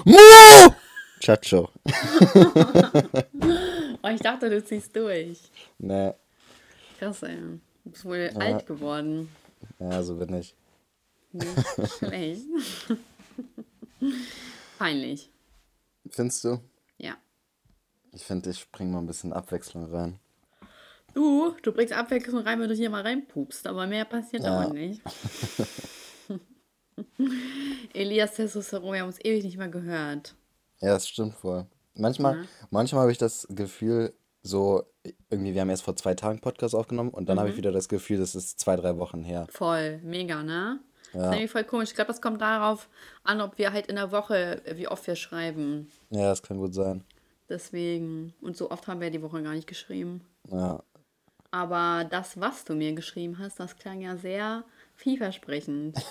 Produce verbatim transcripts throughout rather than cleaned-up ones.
Mu! Chacho. Oh, ich dachte, du ziehst durch. Nee, Krass, ey. Du bist wohl ja, alt geworden. ja, so bin ich. Nicht schlecht. Peinlich. Findest du? Ja. Ich finde, ich bring mal ein bisschen Abwechslung rein. Du, du bringst Abwechslung rein, wenn du hier mal reinpupst, aber mehr passiert auch Ja, nicht. Elias Testosteron, wir haben uns ewig nicht mehr gehört. ja, das stimmt wohl. Manchmal, Ne? manchmal habe ich das Gefühl, so, irgendwie, wir haben erst vor zwei Tagen Podcast aufgenommen und dann habe ich Mhm. wieder das Gefühl, das ist zwei, drei Wochen her. Voll, mega, ne? Das ist Ja, nämlich voll komisch. Ich glaube, das kommt darauf an, ob wir halt in der Woche, wie oft wir schreiben. ja, das kann gut sein. Deswegen. Und so oft haben wir die Woche gar nicht geschrieben. Ja, Aber das, was du mir geschrieben hast, das klang ja sehr vielversprechend.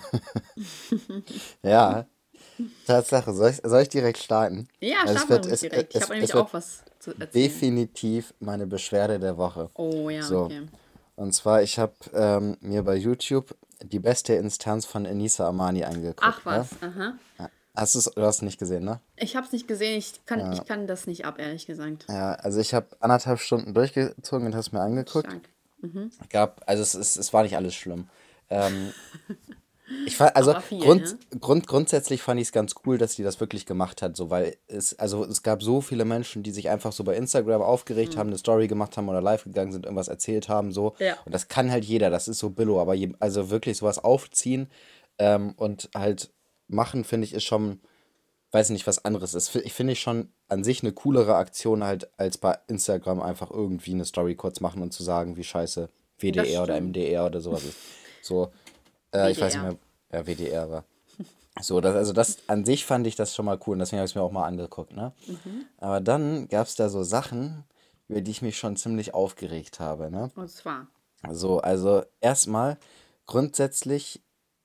ja, Tatsache. Soll ich, soll ich direkt starten? Ja, Also es start mal wird, ruhig es, direkt. Ich es, habe nämlich es wird auch was zu erzählen. definitiv meine Beschwerde der Woche. Oh ja, So, okay. und zwar, ich habe ähm, mir bei YouTube die beste Instanz von Enisa Amani Ach angeguckt, ne? was, aha. Hast du's, du hast es nicht gesehen, ne? Ich habe es nicht gesehen. Ich kann, Ja, ich kann das nicht ab, ehrlich gesagt. ja, also ich habe anderthalb Stunden durchgezogen und habe es mir angeguckt. Stark. Mhm. Gab, also es, es, es war nicht alles schlimm. Ähm, Ich fand, also Aber viel, Grund, ne? Grund, grundsätzlich fand ich es ganz cool, dass die das wirklich gemacht hat, so, weil es, also es gab so viele Menschen, die sich einfach so bei Instagram aufgeregt haben, Mhm. eine Story gemacht haben oder live gegangen sind, irgendwas erzählt haben, so. Ja. Und das kann halt jeder, das ist so Billo, aber je, also wirklich sowas aufziehen ähm, und halt machen, finde ich, ist schon, weiß nicht, was anderes ist. Ich finde ich schon an sich eine coolere Aktion halt, als bei Instagram einfach irgendwie eine Story kurz machen und zu sagen, wie scheiße Das W D R oder stimmt. M D R oder sowas ist. So, äh, ich weiß nicht W D R. mehr, ja, W D R war. So, das, also das an sich fand ich das schon mal cool und deswegen habe ich es mir auch mal angeguckt, ne? Mhm. Aber dann gab es da so Sachen, über die ich mich schon ziemlich aufgeregt habe, ne? Und zwar. So, also erstmal, grundsätzlich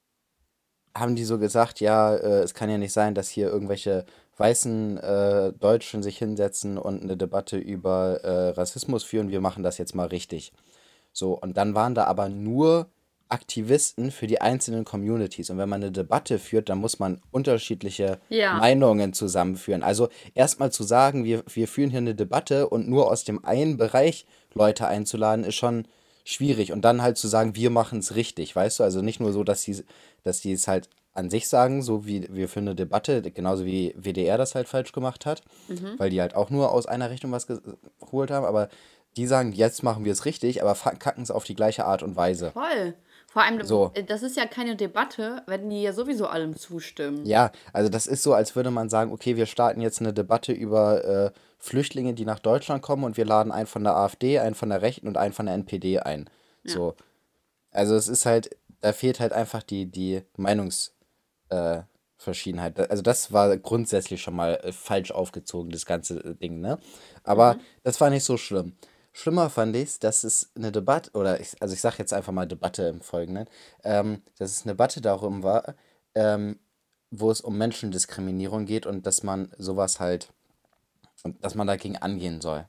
haben die so gesagt, ja, äh, es kann ja nicht sein, dass hier irgendwelche weißen äh, Deutschen sich hinsetzen und eine Debatte über äh, Rassismus führen, wir machen das jetzt mal richtig. So, und dann waren da aber nur Aktivisten für die einzelnen Communities. Und wenn man eine Debatte führt, dann muss man unterschiedliche Ja. Meinungen zusammenführen. Also erstmal zu sagen, wir, wir führen hier eine Debatte und nur aus dem einen Bereich Leute einzuladen, ist schon schwierig. Und dann halt zu sagen, wir machen es richtig, weißt du? Also nicht nur so, dass sie, dass die es halt an sich sagen, so wie wir führen eine Debatte, genauso wie W D R das halt falsch gemacht hat, Mhm. weil die halt auch nur aus einer Richtung was geholt haben, aber die sagen, jetzt machen wir es richtig, aber kacken es auf die gleiche Art und Weise. Voll. Vor allem, So, das ist ja keine Debatte, wenn die ja sowieso allem zustimmen. ja, also das ist so, als würde man sagen, okay, wir starten jetzt eine Debatte über äh, Flüchtlinge, die nach Deutschland kommen und wir laden einen von der AfD, einen von der Rechten und einen von der N P D ein. Ja. So, also es ist halt, da fehlt halt einfach die, die Meinungsverschiedenheit. Äh, Verschiedenheit. Also das war grundsätzlich schon mal äh, falsch aufgezogen, das ganze äh, Ding, ne? Aber Mhm. das war nicht so schlimm. Schlimmer fand ich es, dass es eine Debatte, oder ich, also ich sage jetzt einfach mal Debatte im Folgenden, ähm, dass es eine Debatte darum war, ähm, wo es um Menschendiskriminierung geht und dass man sowas halt, dass man dagegen angehen soll.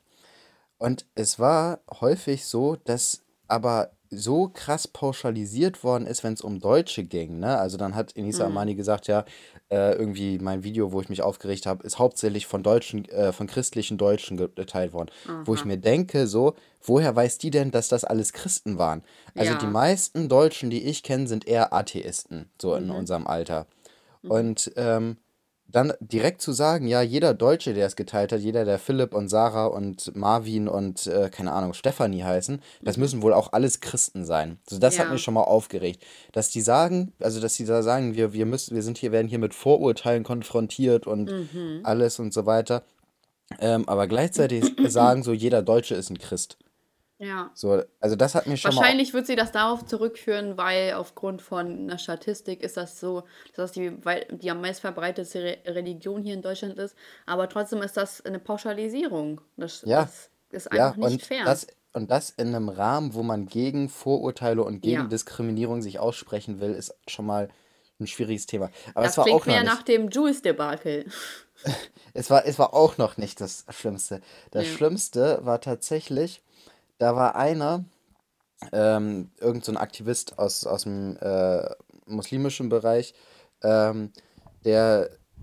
Und es war häufig so, dass aber so krass pauschalisiert worden ist, wenn es um Deutsche ging, ne? Also dann hat Enisa Mhm. Amani gesagt, ja, äh, irgendwie mein Video, wo ich mich aufgeregt habe, ist hauptsächlich von Deutschen, äh, von christlichen Deutschen geteilt worden. Wo ich Aha. mir denke, so, woher weiß die denn, dass das alles Christen waren? Also die Ja. meisten Deutschen, die ich kenne, sind eher Atheisten, so in Mhm. unserem Alter. Mhm. Und ähm, dann direkt zu sagen, ja, jeder Deutsche, der es geteilt hat, jeder, der Philipp und Sarah und Marvin und, äh, keine Ahnung, Stefanie heißen, das Mhm. müssen wohl auch alles Christen sein. So, das hat mich Ja. schon mal aufgeregt. Dass die sagen, also dass die da sagen, wir, wir müssen, wir sind hier, werden hier mit Vorurteilen konfrontiert und Mhm. alles und so weiter. Ähm, aber gleichzeitig sagen so, jeder Deutsche ist ein Christ. Ja. So, also das hat mich schon mal. Wahrscheinlich wird sie das darauf zurückführen, weil aufgrund von einer Statistik ist das so, dass das die, weil die am meist verbreitete Re Religion hier in Deutschland ist. Aber trotzdem ist das eine Pauschalisierung. Das, Ja, das ist ja, einfach nicht und fair. das, und das in einem Rahmen, wo man gegen Vorurteile und gegen Ja. Diskriminierung sich aussprechen will, ist schon mal ein schwieriges Thema. Aber es Das war klingt auch noch mehr nach nicht, dem Juice-Debakel. es war, es war auch noch nicht das Schlimmste. Das Ja. Schlimmste war tatsächlich, da war einer, ähm, irgend so ein Aktivist aus, aus dem äh, muslimischen Bereich, ähm, der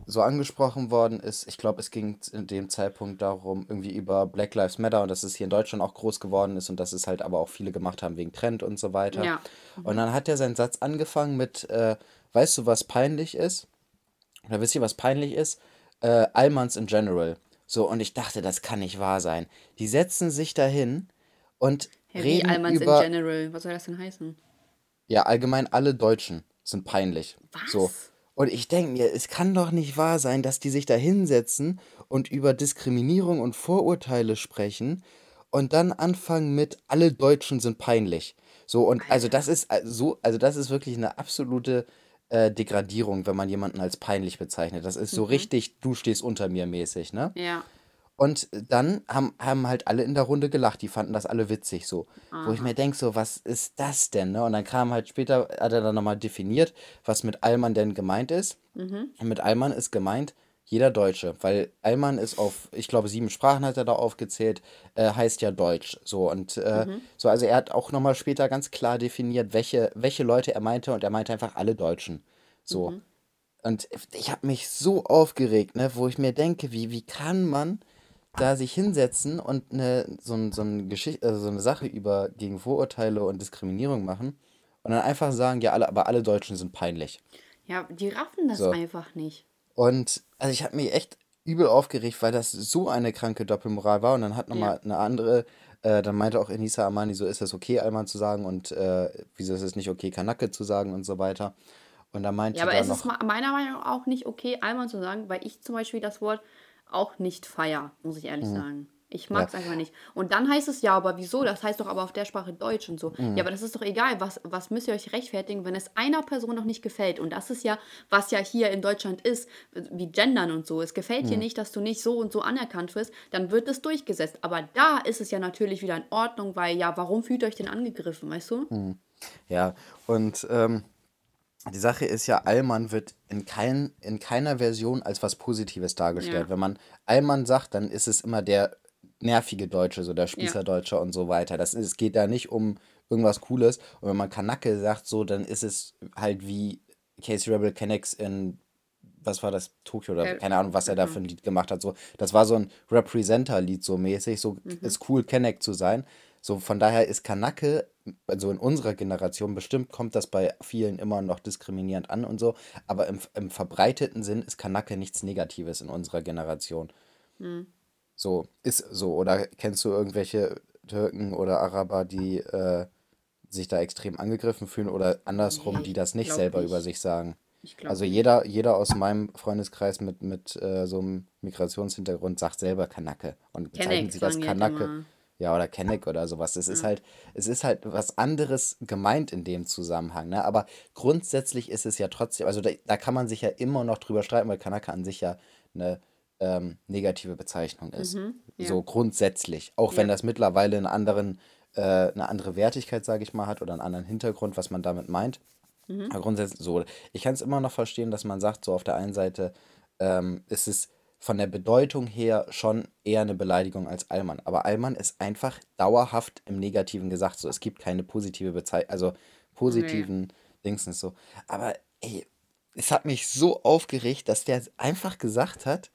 so angesprochen worden ist, ich glaube, es ging in dem Zeitpunkt darum, irgendwie über Black Lives Matter und dass es hier in Deutschland auch groß geworden ist und dass es halt aber auch viele gemacht haben wegen Trend und so weiter. Ja. Und Mhm. dann hat er seinen Satz angefangen mit, äh, weißt du, was peinlich ist? Oder wisst ihr, was peinlich ist? Äh, Allmanns in general. So, und ich dachte, das kann nicht wahr sein. Die setzen sich dahin und Hä, wie reden Almans in über, general? Was soll das denn heißen? ja, allgemein alle Deutschen sind peinlich. So. Was? Und ich denke mir, es kann doch nicht wahr sein, dass die sich da hinsetzen und über Diskriminierung und Vorurteile sprechen und dann anfangen mit, alle Deutschen sind peinlich. So, und also das Alter. ist äh, so, also das ist wirklich eine absolute äh, Degradierung, wenn man jemanden als peinlich bezeichnet. Das ist so Mhm. richtig, du stehst unter mir mäßig, ne? Ja. Und dann haben, haben halt alle in der Runde gelacht, die fanden das alle witzig so. Wo ich mir Aha. denke, so, was ist das denn, ne? Und dann kam halt später, hat er dann nochmal definiert, was mit Allmann denn gemeint ist. Mhm. Und mit Allmann ist gemeint jeder Deutsche, weil Allmann ist auf, ich glaube, sieben Sprachen hat er da aufgezählt, äh, heißt ja Deutsch. So, und äh, Mhm. so, also er hat auch nochmal später ganz klar definiert, welche, welche Leute er meinte, und er meinte einfach alle Deutschen. So. Mhm. Und ich habe mich so aufgeregt, ne, wo ich mir denke, wie, wie kann man da sich hinsetzen und eine, so, ein, so, eine Geschichte, also so eine Sache über gegen Vorurteile und Diskriminierung machen und dann einfach sagen, ja, alle, aber alle Deutschen sind peinlich. Ja, die raffen das So. einfach nicht. Und also ich habe mich echt übel aufgeregt, weil das so eine kranke Doppelmoral war. Und dann hat Ja. nochmal eine andere, äh, dann meinte auch Enisa Amani, so ist es okay, Alman zu sagen und äh, wieso ist es nicht okay, Kanake zu sagen und so weiter. Und da Ja, meinte aber da es ist noch, ma- meiner Meinung nach auch nicht okay, Allmann zu sagen, weil ich zum Beispiel das Wort auch nicht feier, muss ich ehrlich mh, sagen. Ich ja, mag es einfach nicht. Und dann heißt es ja, aber wieso? Das heißt doch aber auf der Sprache Deutsch und so. Ja, mh, aber das ist doch egal. Was, was müsst ihr euch rechtfertigen, wenn es einer Person noch nicht gefällt? Und das ist ja, was ja hier in Deutschland ist, wie Gendern und so. Es gefällt dir mh, nicht, dass du nicht so und so anerkannt wirst, dann wird es durchgesetzt. Aber da ist es ja natürlich wieder in Ordnung, weil ja, warum fühlt ihr euch denn angegriffen, weißt du? mh. Ja, und ähm, die Sache ist ja, Allmann wird in, kein, in keiner Version als was Positives dargestellt. Ja, Wenn man Allmann sagt, dann ist es immer der nervige Deutsche, so der ja. Spießerdeutsche und so weiter. Das ist, es geht da nicht um irgendwas Cooles. Und wenn man Kanake sagt, so, dann ist es halt wie Casey Rebel Kennex in, was war das, Tokio oder Äh, keine Ahnung, was er da aha. für ein Lied gemacht hat. So, das war so ein Representer-Lied so mäßig. So Mhm. ist cool, Kenneck zu sein. So, von daher ist Kanake, also in unserer Generation, bestimmt kommt das bei vielen immer noch diskriminierend an und so, aber im, im verbreiteten Sinn ist Kanake nichts Negatives in unserer Generation. Mhm. So, ist so. Oder kennst du irgendwelche Türken oder Araber, die äh, sich da extrem angegriffen fühlen oder andersrum, Nee, die ich das nicht glaube selber über nicht. sich sagen? Ich Also glaube nicht. jeder, jeder aus meinem Freundeskreis mit, mit äh, so einem Migrationshintergrund sagt selber Kanake und bezeichnet Kenneck sich als sagen die halt Kanake, immer. ja, oder Kenneck oder sowas. Es ist Ja. halt, es ist halt was anderes gemeint in dem Zusammenhang, ne? Aber grundsätzlich ist es ja trotzdem, also da, da kann man sich ja immer noch drüber streiten, weil Kanake an sich ja eine ähm, negative Bezeichnung ist. Mhm. Ja. So grundsätzlich. Auch wenn Ja. das mittlerweile einen anderen, äh, eine andere Wertigkeit, sage ich mal, hat oder einen anderen Hintergrund, was man damit meint. Mhm. Aber grundsätzlich so. Ich kann es immer noch verstehen, dass man sagt, so auf der einen Seite ähm, ist es von der Bedeutung her schon eher eine Beleidigung als Allmann. Aber Allmann ist einfach dauerhaft im Negativen gesagt. So, es gibt keine positive Bezeichnung, also Nee. positiven Dingsens so. Aber ey, es hat mich so aufgeregt, dass der einfach gesagt hat,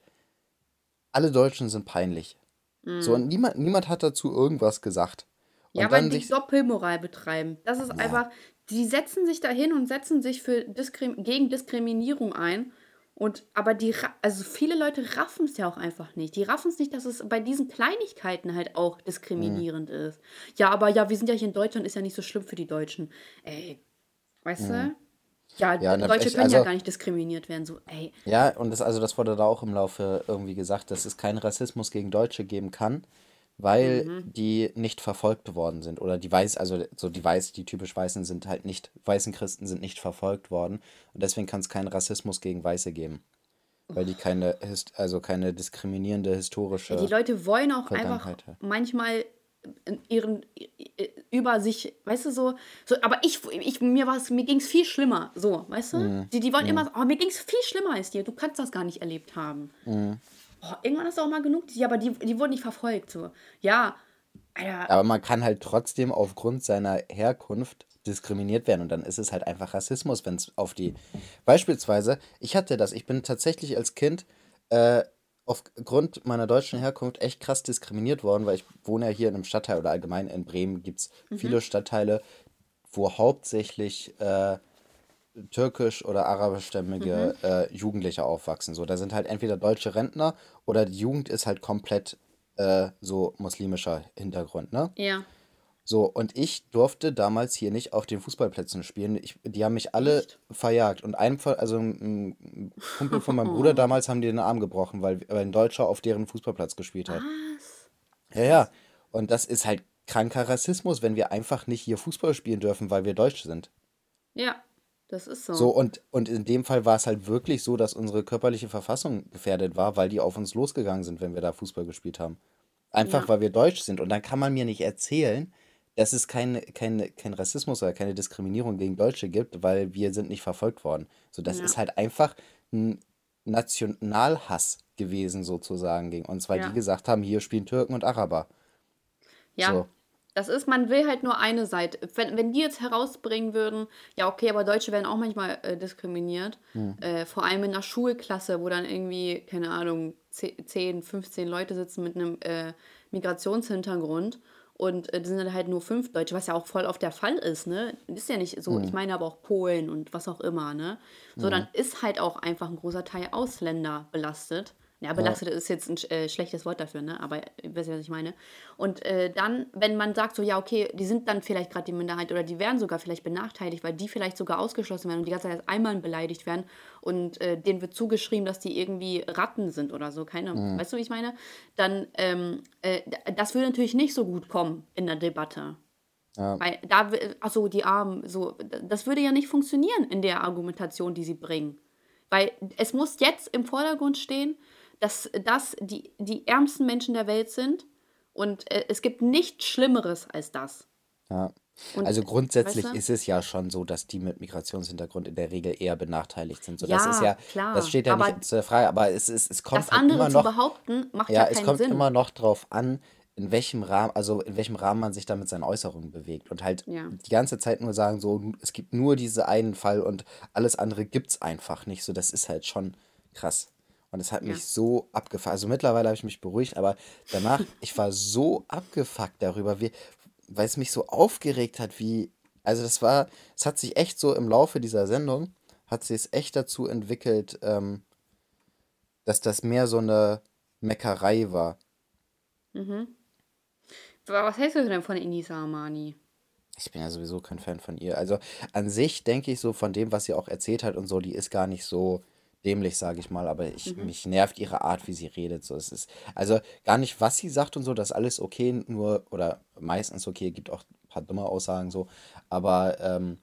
alle Deutschen sind peinlich. So, Mhm. und niemand, niemand hat dazu irgendwas gesagt. Ja, Und weil dann die sich, Doppelmoral betreiben. Das ist ja, einfach, die setzen sich dahin und setzen sich für Diskrim gegen Diskriminierung ein. Und aber die, ra- also viele Leute raffen es ja auch einfach nicht. Die raffen es nicht, dass es bei diesen Kleinigkeiten halt auch mm, diskriminierend ist. Ja, aber ja, wir sind ja hier in Deutschland, ist ja nicht so schlimm für die Deutschen. Ey, weißt mm, du? Ja, ja, D- ne, Deutsche ich, können ja also, gar nicht diskriminiert werden. So, ey. ja, und das, also das wurde da auch im Laufe irgendwie gesagt, dass es keinen Rassismus gegen Deutsche geben kann, weil Mhm. die nicht verfolgt worden sind. Oder die Weiß, also so die Weiß, die typisch Weißen sind halt nicht, weißen Christen sind nicht verfolgt worden. Und deswegen kann es keinen Rassismus gegen Weiße geben. Weil die keine, hist- also keine diskriminierende Ja, die historische Leute wollen auch einfach Vergangenheit haben. manchmal in ihren über sich, weißt du, so, so aber ich, ich mir war's, mir ging es viel schlimmer, so, weißt du? Mm, Die, die wollen immer mm, so, oh, mir ging es viel schlimmer als dir, du kannst das gar nicht erlebt haben. mm. Boah, irgendwann ist auch mal genug, ja, aber die, die wurden nicht verfolgt, so. Ja, Alter, Aber man kann halt trotzdem aufgrund seiner Herkunft diskriminiert werden. Und dann ist es halt einfach Rassismus, wenn es auf die. Beispielsweise, ich hatte das, ich bin tatsächlich als Kind äh, aufgrund meiner deutschen Herkunft echt krass diskriminiert worden, weil ich wohne ja hier in einem Stadtteil oder allgemein in Bremen gibt es Mhm. viele Stadtteile, wo hauptsächlich äh, türkisch- oder Mhm. arabischstämmige äh, Jugendliche aufwachsen. So, da sind halt entweder deutsche Rentner oder die Jugend ist halt komplett äh, so muslimischer Hintergrund, ne? Ja. So, und ich durfte damals hier nicht auf den Fußballplätzen spielen. Ich, die haben mich alle Echt? verjagt. Und einem, Ver- also ein ein Kumpel von meinem Bruder damals haben die den Arm gebrochen, weil, weil ein Deutscher auf deren Fußballplatz gespielt hat. Was? Ja, ja. Krass. Und das ist halt kranker Rassismus, wenn wir einfach nicht hier Fußball spielen dürfen, weil wir Deutsch sind. Ja, das ist So, so. und, und in dem Fall war es halt wirklich so, dass unsere körperliche Verfassung gefährdet war, weil die auf uns losgegangen sind, wenn wir da Fußball gespielt haben. Einfach Ja, weil wir deutsch sind. Und dann kann man mir nicht erzählen, dass es kein, kein, kein Rassismus oder keine Diskriminierung gegen Deutsche gibt, weil wir sind nicht verfolgt worden. So, das ja, ist halt einfach ein Nationalhass gewesen, sozusagen, gegen uns, weil die ja. gesagt haben, hier spielen Türken und Araber. Ja, So. das ist, man will halt nur eine Seite. Wenn, wenn die jetzt herausbringen würden, ja, okay, aber Deutsche werden auch manchmal äh, diskriminiert. Hm. Äh, vor allem in einer Schulklasse, wo dann irgendwie, keine Ahnung, ze- zehn, fünfzehn Leute sitzen mit einem äh, Migrationshintergrund und äh, das sind dann halt nur fünf Deutsche, was ja auch voll oft der Fall ist, ne? Ist ja nicht so, ich Hm. meine aber auch Polen und was auch immer, ne? So, Hm. dann ist halt auch einfach ein großer Teil Ausländer belastet. Ja, Ja. belastet ist jetzt ein sch- äh, schlechtes Wort dafür, ne? Aber ihr wisst ja, was ich meine. Und äh, dann, wenn man sagt, so, ja, okay, die sind dann vielleicht gerade die Minderheit oder die werden sogar vielleicht benachteiligt, weil die vielleicht sogar ausgeschlossen werden und die ganze Zeit als einmal beleidigt werden und äh, denen wird zugeschrieben, dass die irgendwie Ratten sind oder so, keine, Hm. weißt du, wie ich meine? Dann, ähm, äh, das würde natürlich nicht so gut kommen in der Debatte. Ja. Weil da, achso, die Armen, so, das würde ja nicht funktionieren in der Argumentation, die sie bringen. Weil es muss jetzt im Vordergrund stehen, dass das die, die ärmsten Menschen der Welt sind und äh, es gibt nichts Schlimmeres als das. Ja. Und, Also äh, weißt grundsätzlich du? ist es ja schon so, dass die mit Migrationshintergrund in der Regel eher benachteiligt sind. So, das ist Ja, ja, das klar. steht ja nicht Aber zur Frage, aber es ist, es das kommt halt andere immer zu noch, behaupten, macht ja ja, es keinen kommt Sinn. immer noch drauf an, in welchem Rahmen, also in welchem Rahmen man sich da mit seinen Äußerungen bewegt. Und halt Ja, die ganze Zeit nur sagen, so, es gibt nur diesen einen Fall und alles andere gibt's einfach nicht. So, das ist halt schon krass. Und es hat ja. mich so abgefuckt. Also mittlerweile habe ich mich beruhigt, aber danach, ich war so abgefuckt darüber, wie, weil es mich so aufgeregt hat, wie, also das war, es hat sich echt so im Laufe dieser Sendung, hat sich es echt dazu entwickelt, ähm, dass das mehr so eine Meckerei war. Mhm. Aber was hältst du denn von Inisa Amani? Ich bin ja sowieso kein Fan von ihr. Also an sich denke ich so von dem, was sie auch erzählt hat und so, die ist gar nicht so dämlich, sage ich mal, aber ich, Mhm. mich nervt ihre Art, wie sie redet. So, es ist also gar nicht, was sie sagt und so, das ist alles okay, nur oder meistens okay, gibt auch ein paar dumme Aussagen so, aber ähm,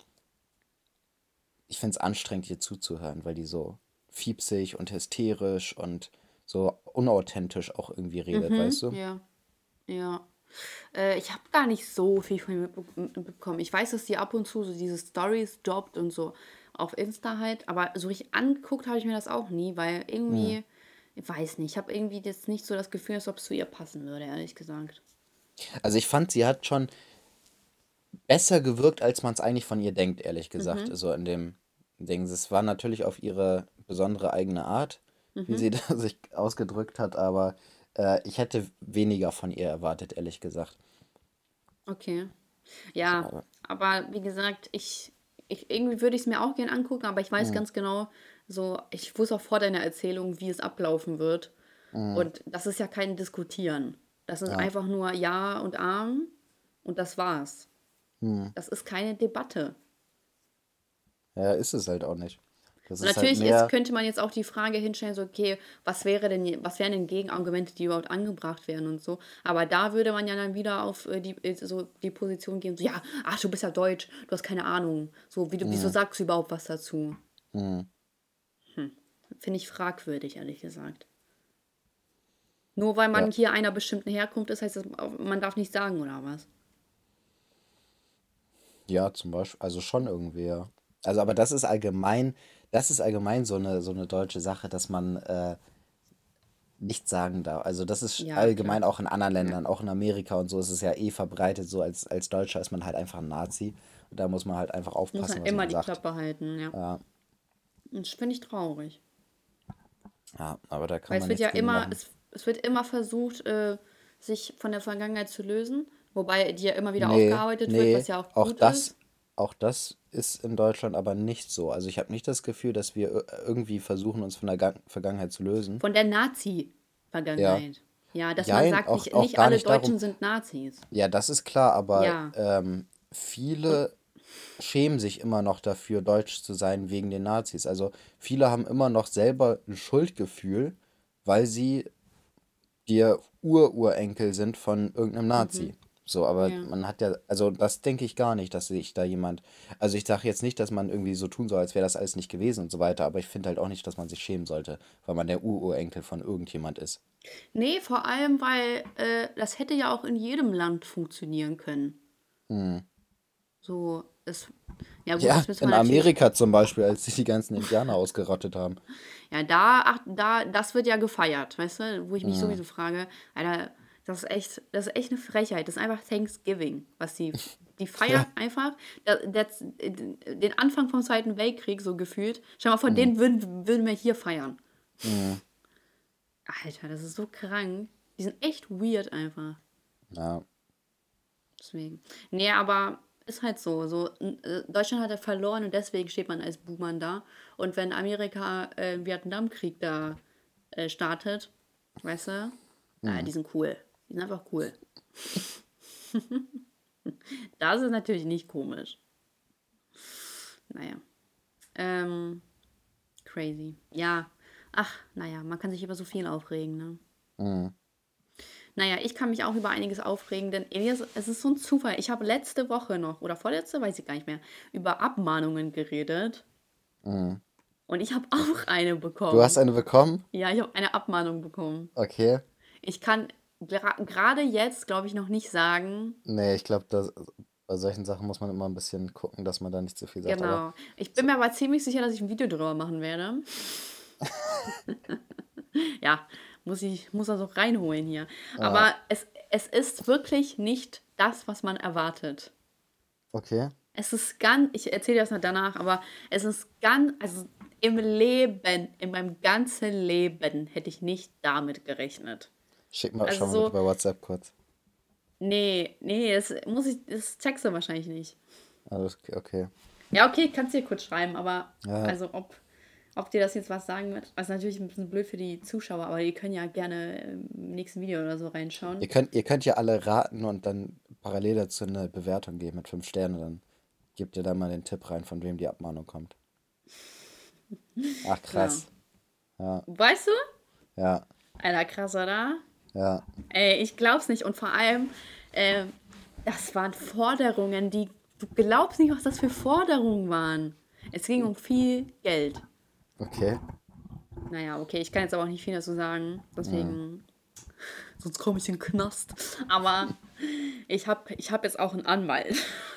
ich finde es anstrengend, ihr zuzuhören, weil die so fiepsig und hysterisch und so unauthentisch auch irgendwie redet, weißt Mhm. du? Ja, ja. Äh, ich habe gar nicht so viel von ihr mitbe- mitbekommen. Ich weiß, dass sie ab und zu so diese Stories droppt und so auf Insta halt, aber so richtig angeguckt habe ich mir das auch nie, weil Hm. irgendwie, ich weiß nicht, ich habe irgendwie jetzt nicht so das Gefühl, als ob es zu ihr passen würde, ehrlich gesagt. Also ich fand, sie hat schon besser gewirkt, als man es eigentlich von ihr denkt, ehrlich gesagt. Mhm, So in dem Ding. Es war natürlich auf ihre besondere eigene Art, wie mhm, sie da sich ausgedrückt hat, aber äh, ich hätte weniger von ihr erwartet, ehrlich gesagt. okay. So, Ja, aber, aber wie gesagt, ich, ich irgendwie würde ich es mir auch gern angucken, aber ich weiß mm, ganz genau, so, ich wusste auch vor deiner Erzählung, wie es ablaufen wird. mm, Und das ist ja kein Diskutieren. Das ist ja, einfach nur Ja und Arm und das war's. mm. Das ist keine Debatte. Ja, ist es halt auch nicht. Das Und ist halt natürlich ist, mehr, könnte man jetzt auch die Frage hinstellen, so, okay, was wäre denn, je- was wären denn Gegenargumente, die überhaupt angebracht werden und so. Aber da würde man ja dann wieder auf äh, die, äh, so die Position gehen, so, ja, ach, du bist ja Deutsch, du hast keine Ahnung. So, wie, du- wieso mm, sagst du überhaupt was dazu? mm, Finde ich fragwürdig, ehrlich gesagt. Nur weil ja, man hier einer bestimmten Herkunft ist, heißt das, man darf nicht sagen, oder was? ja, zum Beispiel, also schon irgendwie, ja. Also, aber das ist allgemein, das ist allgemein so eine, so eine deutsche Sache, dass man äh, nichts sagen darf. Also das ist Ja, klar. allgemein auch in anderen Ja. Ländern, auch in Amerika und so ist es ja eh verbreitet, so als, als Deutscher ist man halt einfach ein Nazi Da muss man halt einfach Muss aufpassen, man was immer man die sagt. Klappe halten, ja. Ja, Und das finde ich traurig. ja, aber da kann Weil es man wird ja nichts gegen immer, machen. es, es wird immer versucht, äh, sich von der Vergangenheit zu lösen, wobei die ja immer wieder Nee, aufgearbeitet wird, nee, was ja auch auch gut ist. das, auch das ist in Deutschland aber nicht so. Also ich habe nicht das Gefühl, dass wir ir- irgendwie versuchen, uns von der Ga Vergangenheit zu lösen. Von der Ja, Nazi-Vergangenheit. Ja, dass man jein, sagt, auch, nicht, auch nicht gar alle nicht darum. Deutschen sind Nazis. Ja, das ist klar, aber Ja. ähm, Und viele schämen sich immer noch dafür, deutsch zu sein wegen den Nazis. Also viele haben immer noch selber ein Schuldgefühl, weil sie dir Ururenkel sind von irgendeinem mhm, Nazi. So, aber ja. man hat ja, also das denke ich gar nicht, dass sich da jemand, also ich sage jetzt nicht, dass man irgendwie so tun soll, als wäre das alles nicht gewesen und so weiter, aber ich finde halt auch nicht, dass man sich schämen sollte, weil man der Ururenkel von irgendjemand ist. Nee, vor allem, weil äh, das hätte ja auch in jedem Land funktionieren können. Hm. So, es, ja gut, Ja, das müssen wir in natürlich, Amerika zum Beispiel, als sie die ganzen Indianer ausgerottet haben. ja, da, ach, da, das wird ja gefeiert, weißt du, wo ich mich Hm. sowieso frage, Alter, das ist echt, das ist echt eine Frechheit. Das ist einfach Thanksgiving, was die, die Ja. feiern einfach der, der, den Anfang vom Zweiten Weltkrieg so gefühlt. Schau mal, von Hm. denen würden, würden wir hier feiern. Hm. Alter, das ist so krank. Die sind echt weird einfach. Ja. Deswegen. Nee, aber ist halt so. so äh, Deutschland hat ja verloren und deswegen steht man als Buhmann da. Und wenn Amerika äh, einen Vietnamkrieg da äh, startet, weißt du, ah, Hm. die sind cool. Die sind einfach cool. Das ist natürlich nicht komisch. Naja. Ähm, crazy. Ja. Ach, naja, man kann sich über so viel aufregen, ne? Hm. Naja, ich kann mich auch über einiges aufregen, denn Elias, es ist so ein Zufall. Ich habe letzte Woche noch, oder vorletzte, weiß ich gar nicht mehr, über Abmahnungen geredet. Hm. Und ich habe auch eine Du hast bekommen. eine bekommen? Ja, ich habe eine Abmahnung bekommen. Okay. Ich kann gra- gerade jetzt, glaube ich, noch nicht sagen. Nee, ich glaube, bei solchen Sachen muss man immer ein bisschen gucken, dass man da nicht zu viel sagt. Aber Genau. Ich bin so, mir aber ziemlich sicher, dass ich ein Video drüber machen werde. Ja, muss ich muss das auch reinholen hier. ja, Aber es, es ist wirklich nicht das, was man erwartet. okay. Es ist ganz, ich erzähle dir das noch danach, aber es ist ganz, also im Leben, in meinem ganzen Leben hätte ich nicht damit gerechnet. Schick mal, Also schau mal bitte so, bei WhatsApp kurz. nee, nee, das muss ich, das checkst du wahrscheinlich nicht. Alles okay. Okay. Ja, okay, kannst dir kurz schreiben, aber Ja, also ob, ob dir das jetzt was sagen wird, also natürlich ein bisschen blöd für die Zuschauer, aber die können ja gerne im nächsten Video oder so reinschauen. ihr könnt, ihr könnt ja alle raten und dann parallel dazu eine Bewertung geben mit fünf Sternen. Dann gebt ihr da mal den Tipp rein, von wem die Abmahnung kommt. Ach, Genau. krass. Ja, Weißt du? ja, Einer krass, oder? ja. Ey, ich glaub's nicht. Und vor allem, äh, das waren Forderungen, die, du glaubst nicht, was das für Forderungen waren. Es ging um viel Geld. Okay. Naja, okay, ich kann jetzt aber auch nicht viel dazu sagen. Deswegen, sonst komme ich in den Knast. Aber ich habe ich hab jetzt auch einen Anwalt.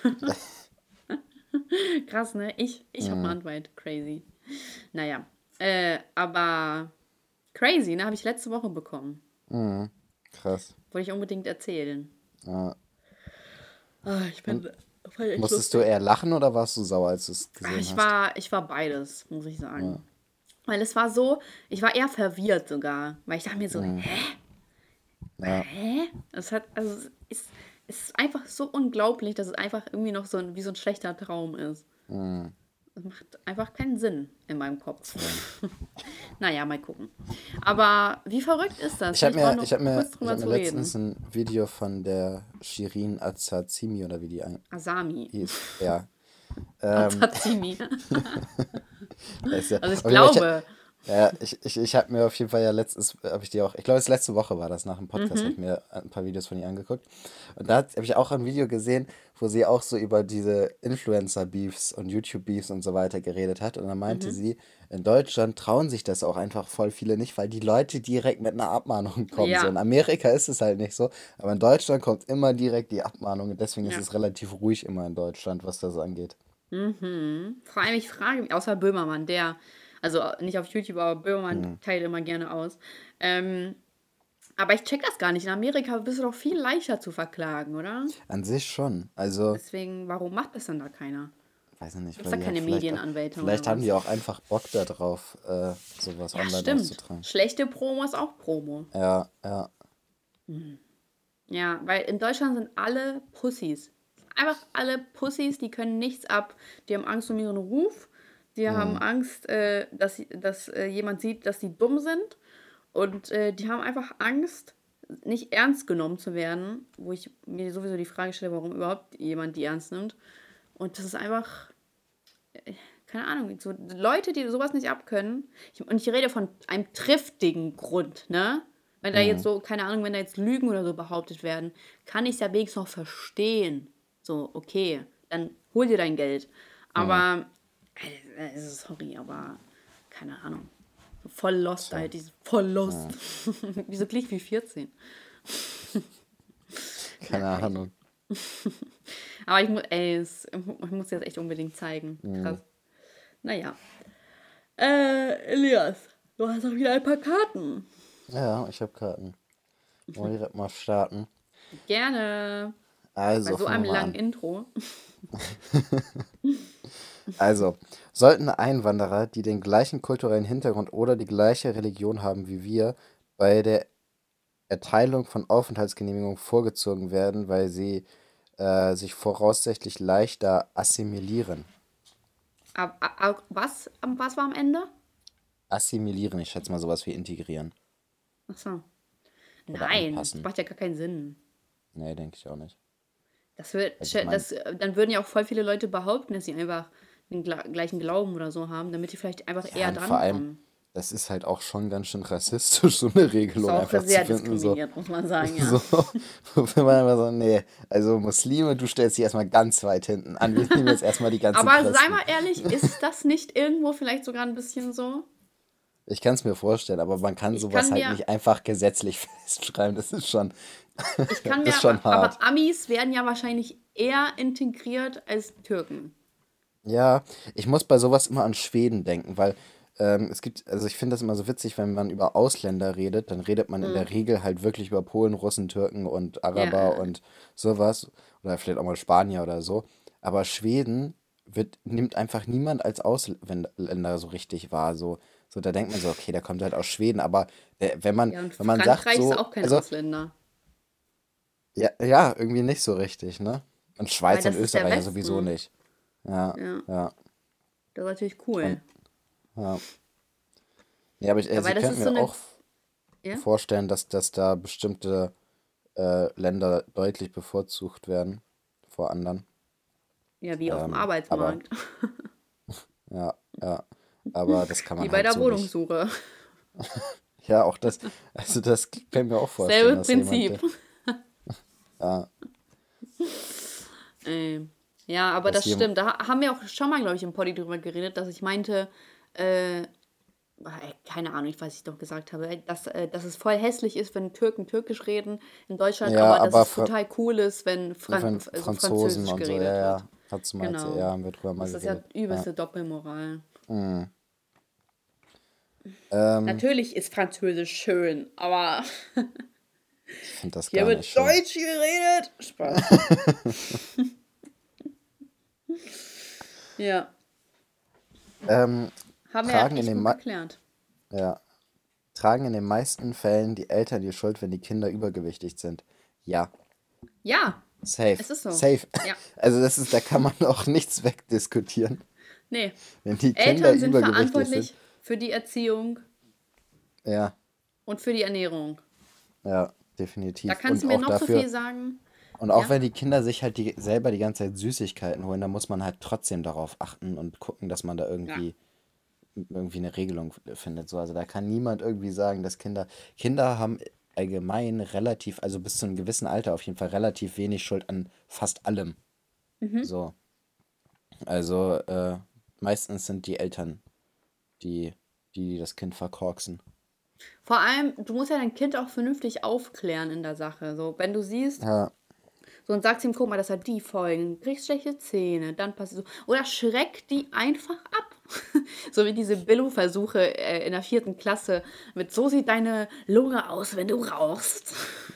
Krass, ne? Ich, ich habe einen Mhm. Anwalt. Crazy. Naja, äh, aber crazy, ne? Habe ich letzte Woche bekommen. Mhm. Krass. Wollte ich unbedingt erzählen. Ja. Ah, ich Und bin voll echt musstest du lustig. eher lachen oder warst du sauer, als du es Ah, gesehen Ich hast? war, ich war beides, muss ich Ja. sagen. Weil es war so, ich war eher verwirrt sogar. Weil ich dachte mir so, Mhm. hä? Ja. Hä? Es hat, also es ist, es ist einfach so unglaublich, dass es einfach irgendwie noch so ein, wie so ein schlechter Traum ist. Mhm. Das macht einfach keinen Sinn in meinem Kopf. Ja. Naja, mal gucken. Aber wie verrückt ist das? Ich habe Vielleicht auch mir, noch ich hab mir, kurz ich drüber hab mir zu letztens reden. ein Video von der Shirin Azazimi oder wie die ein- Asami. hieß. Ja. Ähm, Azazimi. ist ja, Also ich auf jeden Fall, ich, glaube. ja, ich, ich, ich habe mir auf jeden Fall ja letztens, habe ich die auch, ich glaube, es letzte Woche war das, nach dem Podcast, habe ich Mhm. mir ein paar Videos von ihr angeguckt. Und da habe ich auch ein Video gesehen, wo sie auch so über diese Influencer-Beefs und YouTube-Beefs und so weiter geredet hat. Und dann meinte Mhm. sie, in Deutschland trauen sich das auch einfach voll viele nicht, weil die Leute direkt mit einer Abmahnung kommen. So Ja. in Amerika ist es halt nicht so, aber in Deutschland kommt immer direkt die Abmahnung. Und deswegen ist Ja. es relativ ruhig immer in Deutschland, was das angeht. Mhm. Vor allem, ich frage mich, außer Böhmermann, der, also nicht auf YouTube, aber Böhmermann Hm. teilt immer gerne aus. Ähm, Aber ich check das gar nicht. In Amerika bist du doch viel leichter zu verklagen, oder? An sich schon. Also, Deswegen, warum macht das dann da keiner? weiß ich nicht, Gibt es weil da die halt keine vielleicht, Medienanwälte oder vielleicht haben was? die auch einfach Bock darauf, äh, sowas Ja, online stimmt. auszutragen. Schlechte Promo ist auch Promo. Ja, ja. Ja, weil in Deutschland sind alle Pussys. Einfach alle Pussys, die können nichts ab. Die haben Angst um ihren Ruf. Die haben Mhm. Angst, äh, dass, sie- dass äh, jemand sieht, dass sie dumm sind. Und äh, die haben einfach Angst, nicht ernst genommen zu werden. Wo ich mir sowieso die Frage stelle, warum überhaupt jemand die ernst nimmt. Und das ist einfach, keine Ahnung, so Leute, die sowas nicht abkönnen. Ich, und ich rede von einem triftigen Grund, ne? Wenn da jetzt Mhm. so, keine Ahnung, wenn da jetzt Lügen oder so behauptet werden, kann ich es ja wenigstens noch verstehen. So, okay, dann hol dir dein Geld. Mhm. Aber, äh, äh, sorry, aber keine Ahnung. So voll lost Tja. halt, dieses voll lost. Ja. Wieso klingt ich wie vierzehn? Na, Keine Quatsch. Ahnung. Aber ich muss, ey, es, ich muss dir das echt unbedingt zeigen. Mhm. Krass. Naja. Äh, Elias, du hast doch wieder ein paar Karten. Ja, ich habe Karten. Wollen wir direkt mal starten? Gerne. Bei Also, so fangen wir einem mal langen an. Intro. Also, sollten Einwanderer, die den gleichen kulturellen Hintergrund oder die gleiche Religion haben wie wir, bei der Erteilung von Aufenthaltsgenehmigungen vorgezogen werden, weil sie äh, sich voraussichtlich leichter assimilieren. Aber, aber was, was war am Ende? Assimilieren, ich schätze mal sowas wie integrieren Achso. oder Nein, das anpassen. macht ja gar keinen Sinn. Nee, denke ich auch nicht. Das wird, Also ich meine, das, dann würden ja auch voll viele Leute behaupten, dass sie einfach den gla- gleichen Glauben oder so haben, damit die vielleicht einfach ja, eher und vor allem, drankommen. das ist halt auch schon ganz schön rassistisch, so eine Ist Regelung auch einfach zu sehr finden. So, diskriminierend, muss man sagen, ja. so, wenn man einfach so, nee, also Muslime, du stellst dich erstmal ganz weit hinten an. Wir nehmen jetzt erstmal die ganzen Aber sei Christen. mal ehrlich, ist das nicht irgendwo vielleicht sogar ein bisschen so? Ich kann es mir vorstellen, aber man kann Ich sowas kann halt mir nicht einfach gesetzlich festschreiben. Das ist schon, Ich kann das ist mir, schon hart. aber Amis werden ja wahrscheinlich eher integriert als Türken. Ja, ich muss bei sowas immer an Schweden denken, weil ähm, es gibt, also ich finde das immer so witzig, wenn man über Ausländer redet, dann redet man in Mhm. der Regel halt wirklich über Polen, Russen, Türken und Ja, Araber äh, und sowas. Oder vielleicht auch mal Spanier oder so. Aber Schweden wird, nimmt einfach niemand als Ausländer so richtig wahr. So, so, da denkt man so, okay, der kommt halt aus Schweden. Aber der, wenn man, ja, und wenn man sagt Frankreich ist so, auch kein also, Ausländer. ja, ja, irgendwie nicht so richtig, ne? Und Weil Schweiz und das ist der Österreich ja sowieso Westen. nicht. Ja, Ja, ja. das ist natürlich Und, cool. ja. Ja, aber ich, Ja, also weil ich das könnte ist so mir eine. auch f- Ja? vorstellen, dass, dass da bestimmte äh, Länder deutlich bevorzugt werden vor anderen. Ja, wie auf dem Ähm, aber Arbeitsmarkt. ja, ja, aber das kann Wie man bei halt der so nicht. Wohnungssuche. Ja, auch das, also das kann ich mir auch vorstellen, Selbe dass jemand, Prinzip. der, ja, Ähm, ja, aber dass das jemand, stimmt. Da ha- haben wir auch schon mal, glaube ich, im Poddy drüber geredet, dass ich meinte, äh, ah, ey, keine Ahnung, ich weiß, was ich doch gesagt habe, ey, dass, äh, dass es voll hässlich ist, wenn Türken Türkisch reden in Deutschland, ja, aber dass aber es Fra total cool ist, wenn Fran wenn also Franzosen Französisch und so, ja, geredet wird. ja, hat's mal, erzählt, Genau. ja, haben wir drüber mal Das ist ja geredet. Ja. übelste Doppelmoral. Mhm. Ähm, Natürlich ist Französisch schön, aber ich finde das hier gar nicht wird schön. Deutsch geredet. Spaß. Ja, Ähm, haben wir ja tragen in echt den gut Ma geklärt. ja, tragen in den meisten Fällen die Eltern die Schuld, wenn die Kinder übergewichtig sind. Ja, Ja, safe, es ist so. safe. Ja, Also das ist, da kann man auch nichts wegdiskutieren. nee. Wenn die Kinder Eltern sind übergewichtig sind, verantwortlich für die Erziehung ja, und für die Ernährung. ja, Da definitiv. kannst du Und mir auch noch so viel dafür, sagen. und auch Ja? wenn die Kinder sich halt die, selber die ganze Zeit Süßigkeiten holen, dann muss man halt trotzdem darauf achten und gucken, dass man da Ja. irgendwie irgendwie eine Regelung findet. So, also da kann niemand irgendwie sagen, dass Kinder, Kinder haben allgemein relativ, also bis zu einem gewissen Alter auf jeden Fall relativ wenig Schuld an fast allem. Mhm. So, also äh, meistens sind die Eltern die, die das Kind verkorksen. Vor allem, du musst ja dein Kind auch vernünftig aufklären in der Sache. So, wenn du siehst, Ja, so und sagst ihm, guck mal, das hat die Folgen, du kriegst schlechte Zähne, dann passiert so. Oder schreck die einfach ab. So wie diese Billo-Versuche äh, in der vierten Klasse mit so sieht deine Lunge aus, wenn du rauchst.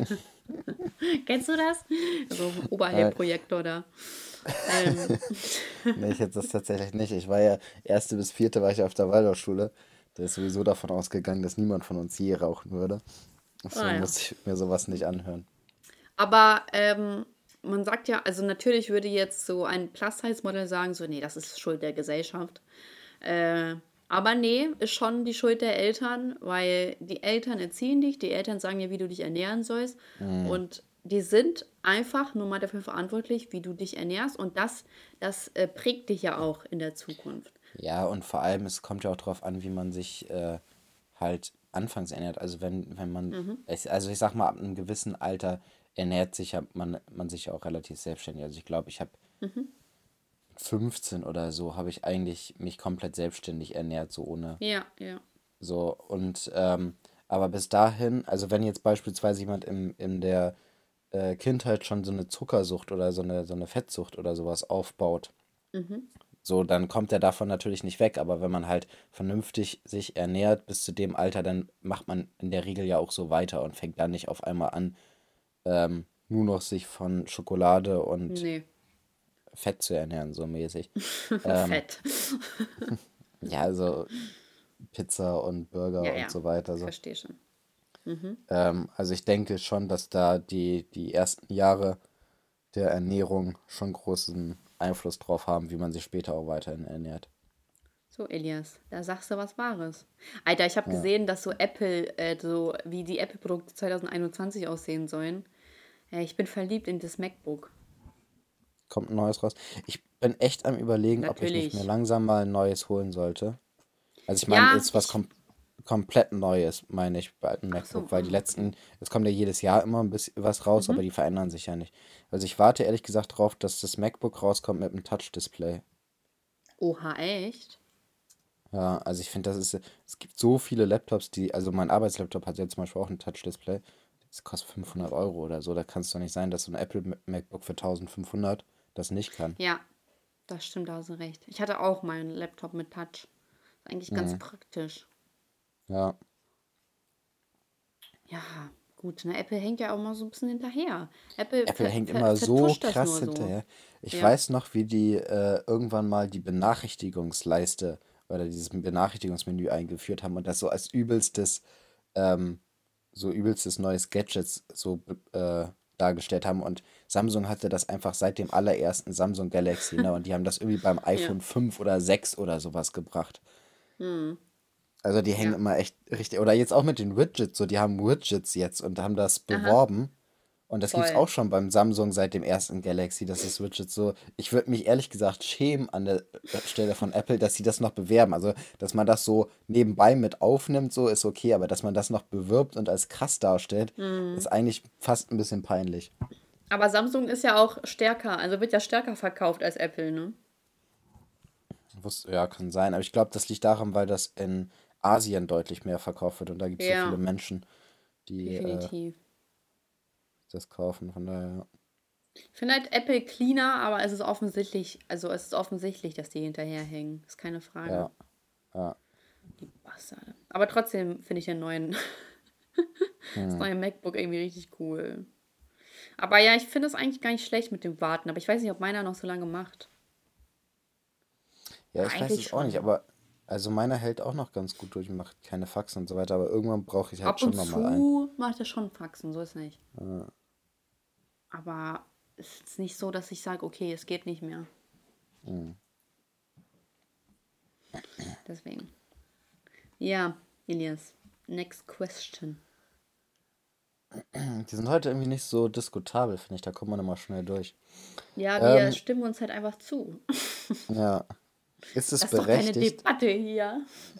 Kennst du das? So ein Äh, Oberhellprojektor da. Ähm, nee, ich jetzt das tatsächlich nicht. Ich war ja, erste bis vierte war ich auf der Waldorfschule. Da ist sowieso davon ausgegangen, dass niemand von uns je rauchen würde. ah Deswegen ja. musste ich mir sowas nicht anhören. Aber ähm, man sagt ja, also natürlich würde jetzt so ein Plus-Size-Model sagen, so, nee, das ist Schuld der Gesellschaft. Äh, aber nee, ist schon die Schuld der Eltern, weil die Eltern erziehen dich, die Eltern sagen dir, wie du dich ernähren sollst. Mm, Und die sind einfach nur mal dafür verantwortlich, wie du dich ernährst. Und das, das äh, prägt dich ja auch in der Zukunft. ja, und vor allem, es kommt ja auch darauf an, wie man sich äh, halt anfangs ernährt. Also wenn, wenn man, Mhm. es- also ich sag mal, ab einem gewissen Alter ernährt sich ja man, man sich ja auch relativ selbstständig. Also ich glaube, ich habe Mhm. fünfzehn oder so, habe ich eigentlich mich komplett selbstständig ernährt, so ohne, Ja, ja. so und, ähm, aber bis dahin, also wenn jetzt beispielsweise jemand im, in der äh, Kindheit schon so eine Zuckersucht oder so eine, so eine Fettsucht oder sowas aufbaut, Mhm. so, dann kommt er davon natürlich nicht weg. Aber wenn man halt vernünftig sich ernährt bis zu dem Alter, dann macht man in der Regel ja auch so weiter und fängt dann nicht auf einmal an, ähm, nur noch sich von Schokolade und Nee. Fett zu ernähren, so mäßig. Ähm, Fett. ja, also Pizza und Ja, Burger und ja. so weiter. Ich So. verstehe schon. Mhm. Ähm, also ich denke schon, dass da die, die ersten Jahre der Ernährung schon großen Einfluss drauf haben, wie man sich später auch weiterhin ernährt. So, Elias, da sagst du was Wahres. Alter, ich habe Ja. gesehen, dass so Apple, äh, so wie die Apple-Produkte zwanzig einundzwanzig aussehen sollen. Äh, ich bin verliebt in das MacBook. Kommt ein neues raus. Ich bin echt am Überlegen, ob ich nicht mir Natürlich. langsam mal ein neues holen sollte. Also ich meine, Ja, jetzt was ich. kom komplett Neues, meine ich, bei einem Ach so, MacBook, weil die ah, okay. letzten, es kommt ja jedes Jahr immer ein bisschen was raus, Mhm. aber die verändern sich ja nicht. Also ich warte ehrlich gesagt drauf, dass das MacBook rauskommt mit einem Touch-Display. Oha, echt? Ja, also ich finde, das ist, es gibt so viele Laptops, die, also mein Arbeitslaptop hat ja zum Beispiel auch ein Touch-Display. Das kostet fünfhundert Euro oder so. Da kann es doch nicht sein, dass so ein Apple Ma- MacBook für eintausendfünfhundert das nicht kann. Ja, das stimmt, da hast du recht. Ich hatte auch meinen Laptop mit Touch. Ist eigentlich ganz Mhm. praktisch. Ja. Ja, gut, ne? Apple hängt ja auch mal so ein bisschen hinterher. Apple Apple ver hängt ver immer so vertuscht das krass nur so. hinterher. Ich Ja. weiß noch, wie die äh, irgendwann mal die Benachrichtigungsleiste oder dieses Benachrichtigungsmenü eingeführt haben und das so als übelstes, ähm, so übelstes neues Gadgets so äh, dargestellt haben. Und Samsung hatte das einfach seit dem allerersten Samsung Galaxy, ne? Und die haben das irgendwie beim Ja. iPhone fünf oder sechs oder sowas gebracht. Hm. Also die hängen Ja. immer echt richtig. Oder jetzt auch mit den Widgets, so die haben Widgets jetzt und haben das Aha. beworben. Und das gibt's Voll. auch schon beim Samsung seit dem ersten Galaxy, dass es Widgets so. Ich würde mich ehrlich gesagt schämen an der äh, Stelle von Apple, dass sie das noch bewerben. Also, dass man das so nebenbei mit aufnimmt, so ist okay, aber dass man das noch bewirbt und als krass darstellt, Hm. ist eigentlich fast ein bisschen peinlich. Aber Samsung ist ja auch stärker, also wird ja stärker verkauft als Apple, ne? Wusst, ja, kann sein. Aber ich glaube, das liegt daran, weil das in Asien deutlich mehr verkauft wird und da gibt es so viele Ja, Menschen, die äh, definitiv. das kaufen. Von daher, Ich finde halt Apple cleaner, aber es ist offensichtlich, also es ist offensichtlich, dass die hinterherhängen. Ist keine Frage. ja, ja. Die Bastarde. Aber trotzdem finde ich den neuen, das Hm. neue MacBook irgendwie richtig cool. Aber ja, ich finde es eigentlich gar nicht schlecht mit dem Warten. Aber ich weiß nicht, ob meiner noch so lange macht. Ja, Aber ich weiß eigentlich es auch nicht, schon. aber also meiner hält auch noch ganz gut durch, macht keine Faxen und so weiter, aber irgendwann brauche ich halt Ab schon und nochmal einen. zu macht er schon Faxen, so ist nicht. Äh, Aber es ist nicht so, dass ich sage, okay, es geht nicht mehr. hm. Deswegen. Ja, Elias. Next question. Die sind heute irgendwie nicht so diskutabel, finde ich, da kommt man immer schnell durch. Ja, wir Ähm, stimmen uns halt einfach zu. ja, ist es Das ist doch keine berechtigt? Debatte hier.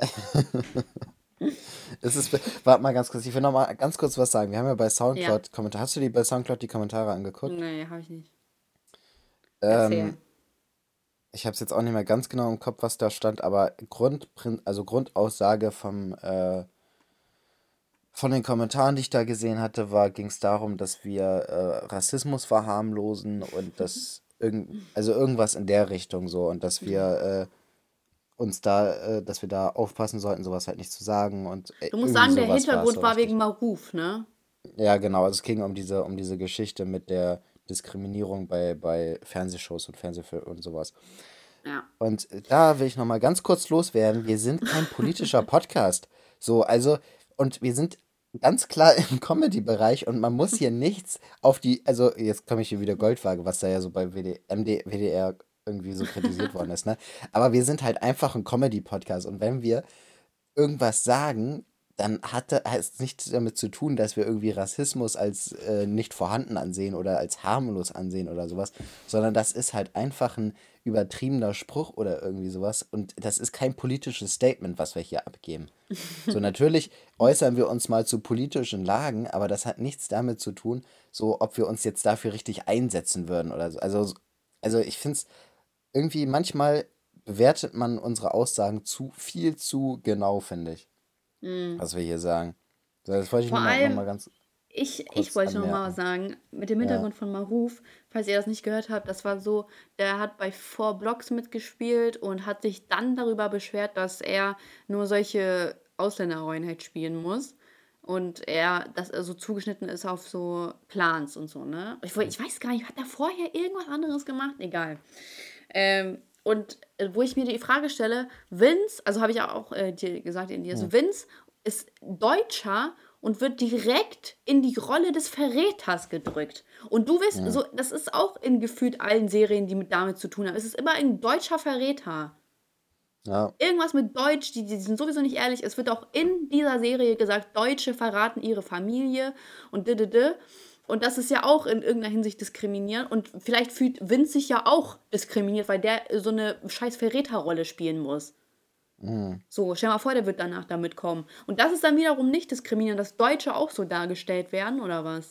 Ist es be Warte mal ganz kurz, ich will noch mal ganz kurz was sagen. Wir haben ja bei Ja. SoundCloud Kommentare. Hast du die bei SoundCloud die Kommentare angeguckt? Nee, habe ich nicht. Ähm, Erzähl. ich habe es jetzt auch nicht mehr ganz genau im Kopf, was da stand, aber Grundprin also Grundaussage vom äh, Von den Kommentaren, die ich da gesehen hatte, war, ging es darum, dass wir äh, Rassismus verharmlosen und dass irgend, also irgendwas in der Richtung so und dass wir Oh. äh, uns da, äh, dass wir da aufpassen sollten, sowas halt nicht zu sagen und äh, Du musst irgendwie sagen, der sowas war es so Hintergrund war wegen richtig. Maruf, ne? Ja, genau, also es ging um diese, um diese Geschichte mit der Diskriminierung bei, bei Fernsehshows und Fernsehfilmen und sowas. Ja. Und da will ich noch mal ganz kurz loswerden. Wir sind kein politischer Podcast. So, also, und wir sind ganz klar im Comedy-Bereich und man muss hier nichts auf die, also jetzt komme ich hier wieder Goldwaage, was da ja so bei W D, M D, W D R irgendwie so kritisiert worden ist, ne? Aber wir sind halt einfach ein Comedy-Podcast und wenn wir irgendwas sagen, dann hat da- hat es nichts damit zu tun, dass wir irgendwie Rassismus als äh, nicht vorhanden ansehen oder als harmlos ansehen oder sowas, sondern das ist halt einfach ein übertriebener Spruch oder irgendwie sowas und das ist kein politisches Statement, was wir hier abgeben. So, natürlich äußern wir uns mal zu politischen Lagen, aber das hat nichts damit zu tun, so ob wir uns jetzt dafür richtig einsetzen würden oder so. Also, also ich finde es irgendwie manchmal bewertet man unsere Aussagen zu viel zu genau, finde ich, Mm. was wir hier sagen. So, das wollte ich Vor nur mal, noch allem, mal ganz ich, ich kurz wollte noch mal was anmerken. sagen, mit dem Ja. Hintergrund von Maruf, falls ihr das nicht gehört habt, das war so, der hat bei Four Blocks mitgespielt und hat sich dann darüber beschwert, dass er nur solche Ausländerrollen halt spielen muss. Und er, dass er so zugeschnitten ist auf so Clans und so, ne? Ich, woll- ich weiß gar nicht, hat er vorher irgendwas anderes gemacht? Egal. Ähm, und äh, wo ich mir die Frage stelle, Vince, also habe ich auch äh, dir gesagt in dir, Hm. also Vince ist Deutscher und wird direkt in die Rolle des Verräters gedrückt. Und du weißt, Hm. so, das ist auch in gefühlt allen Serien, die mit damit zu tun haben. Es ist immer ein deutscher Verräter. Ja. Irgendwas mit Deutsch, die, die sind sowieso nicht ehrlich. Es wird auch in dieser Serie gesagt, Deutsche verraten ihre Familie und d. Und das ist ja auch in irgendeiner Hinsicht diskriminierend. Und vielleicht fühlt Vince sich ja auch diskriminiert, weil der so eine scheiß Verräterrolle spielen muss. Hm. So, stell mal vor, der wird danach damit kommen. Und das ist dann wiederum nicht diskriminierend, dass Deutsche auch so dargestellt werden, oder was?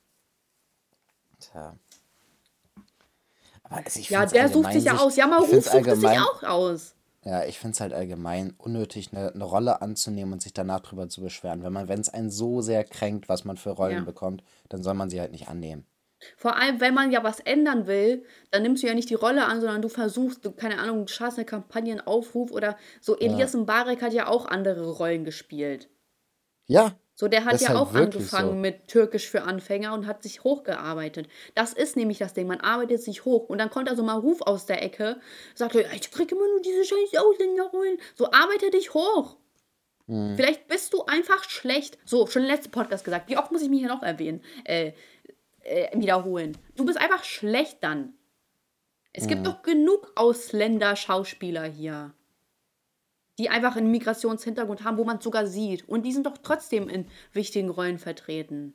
Tja. Aber also ich Ja, finde es der sucht allgemein sich ja sich, aus. Ja, ich finde Maruf es sucht es sich allgemein, auch aus. ja, ich finde es halt allgemein unnötig, eine, eine Rolle anzunehmen und sich danach drüber zu beschweren. Wenn man, wenn es einen so sehr kränkt, was man für Rollen Ja. bekommt, dann soll man sie halt nicht annehmen. Vor allem, wenn man ja was ändern will, dann nimmst du ja nicht die Rolle an, sondern du versuchst, du, keine Ahnung, du schaffst eine Kampagne, einen Aufruf oder so. Ja. Elias Mbarek hat ja auch andere Rollen gespielt. Ja, So, der hat das ist ja halt auch wirklich angefangen so. mit Türkisch für Anfänger und hat sich hochgearbeitet. Das ist nämlich das Ding, man arbeitet sich hoch und dann kommt da so mal Ruf aus der Ecke, sagt, er, ich krieg immer nur diese scheiß Ausländerrollen. So, arbeite dich hoch. Hm. Vielleicht bist du einfach schlecht. So, schon im letzten Podcast gesagt. Wie oft muss ich mich hier noch erwähnen? Äh, äh, wiederholen. Du bist einfach schlecht dann. Es gibt Hm. doch genug Ausländer-Schauspieler hier, die einfach einen Migrationshintergrund haben, wo man es sogar sieht. Und die sind doch trotzdem in wichtigen Rollen vertreten.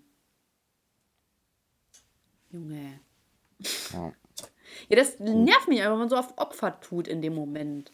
Junge. Ja, Ja, das gut. nervt mich einfach, wenn man so auf Opfer tut in dem Moment.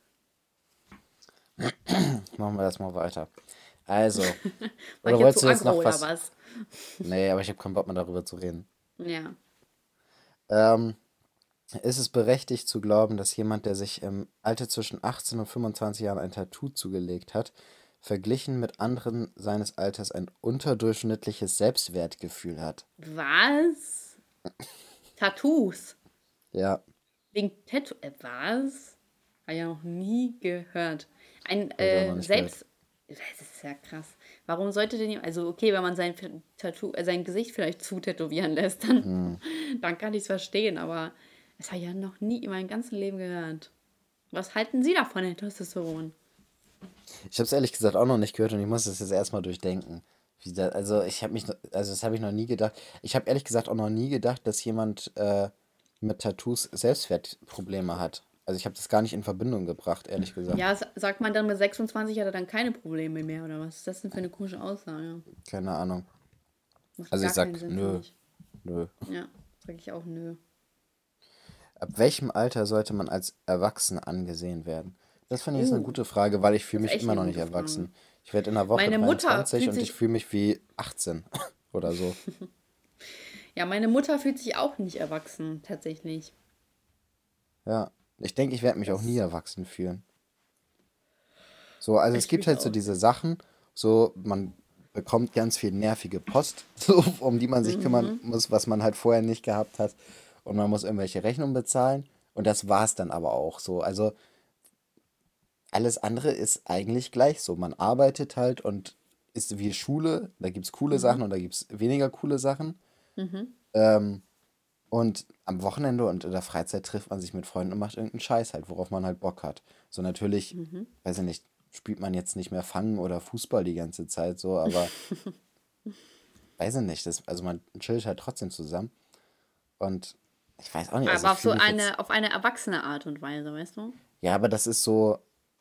Machen wir das mal weiter. Also, War ich oder jetzt wolltest so du jetzt aggro noch oder was? was? Nee, aber ich habe keinen Bock mehr darüber zu reden. Ja. Ähm, ist es berechtigt zu glauben, dass jemand, der sich im Alter zwischen achtzehn und fünfundzwanzig Jahren ein Tattoo zugelegt hat, verglichen mit anderen seines Alters ein unterdurchschnittliches Selbstwertgefühl hat? Was? Tattoos. Ja, Wegen Tattoo. Äh, was? Habe ich ja noch nie gehört. Ein habe ich auch noch äh, nicht gehört. Selbst. Das ist ja krass. Warum sollte denn. Also, okay, wenn man sein Tattoo, äh, sein Gesicht vielleicht zutätowieren lässt, dann, Hm. dann kann ich es verstehen. Aber das habe ich ja noch nie in meinem ganzen Leben gehört. Was halten Sie davon, Herr Testosteron? Ich habe es ehrlich gesagt auch noch nicht gehört und ich muss das jetzt erstmal durchdenken. Wie da, also ich habe mich, noch- also das habe ich noch nie gedacht. Ich habe ehrlich gesagt auch noch nie gedacht, dass jemand äh, mit Tattoos Selbstwertprobleme hat. Also ich habe das gar nicht in Verbindung gebracht, ehrlich gesagt. Ja, s- sagt man dann mit sechsundzwanzig hat er dann keine Probleme mehr, oder was ist das denn für eine komische Aussage? Keine Ahnung. Macht Also ich gar keinen sag, Sinn für nö, mich. nö. Ja, sag ich auch nö. Ab welchem Alter sollte man als erwachsen angesehen werden? Das finde ich ist eine Oh, gute Frage, weil ich fühle das ist mich echt immer eine noch nicht gute Frage. erwachsen. Ich werde in einer Woche Meine Mutter dreiundzwanzig fühlt und ich sich, fühle mich wie achtzehn oder so. ja, meine Mutter fühlt sich auch nicht erwachsen, tatsächlich. Ja. Ich denke, ich werde mich auch nie Das, erwachsen fühlen. So, also es ich gibt mich halt so auch diese nicht. Sachen, so man bekommt ganz viel nervige Post, so, um die man sich kümmern Mhm. muss, was man halt vorher nicht gehabt hat. Und man muss irgendwelche Rechnungen bezahlen. Und das war's dann aber auch so. Also alles andere ist eigentlich gleich so. Man arbeitet halt und ist wie Schule, da gibt es coole Mhm. Sachen und da gibt es weniger coole Sachen. Mhm. Ähm, und am Wochenende und in der Freizeit trifft man sich mit Freunden und macht irgendeinen Scheiß halt, worauf man halt Bock hat. So natürlich, Mhm. weiß ich nicht, spielt man jetzt nicht mehr Fangen oder Fußball die ganze Zeit so, aber weiß ich nicht, das, also man chillt halt trotzdem zusammen. Und ich weiß auch nicht, also Aber ich auf so fühle mich jetzt, eine, auf eine erwachsene Art und Weise, weißt du? ja, aber das ist so,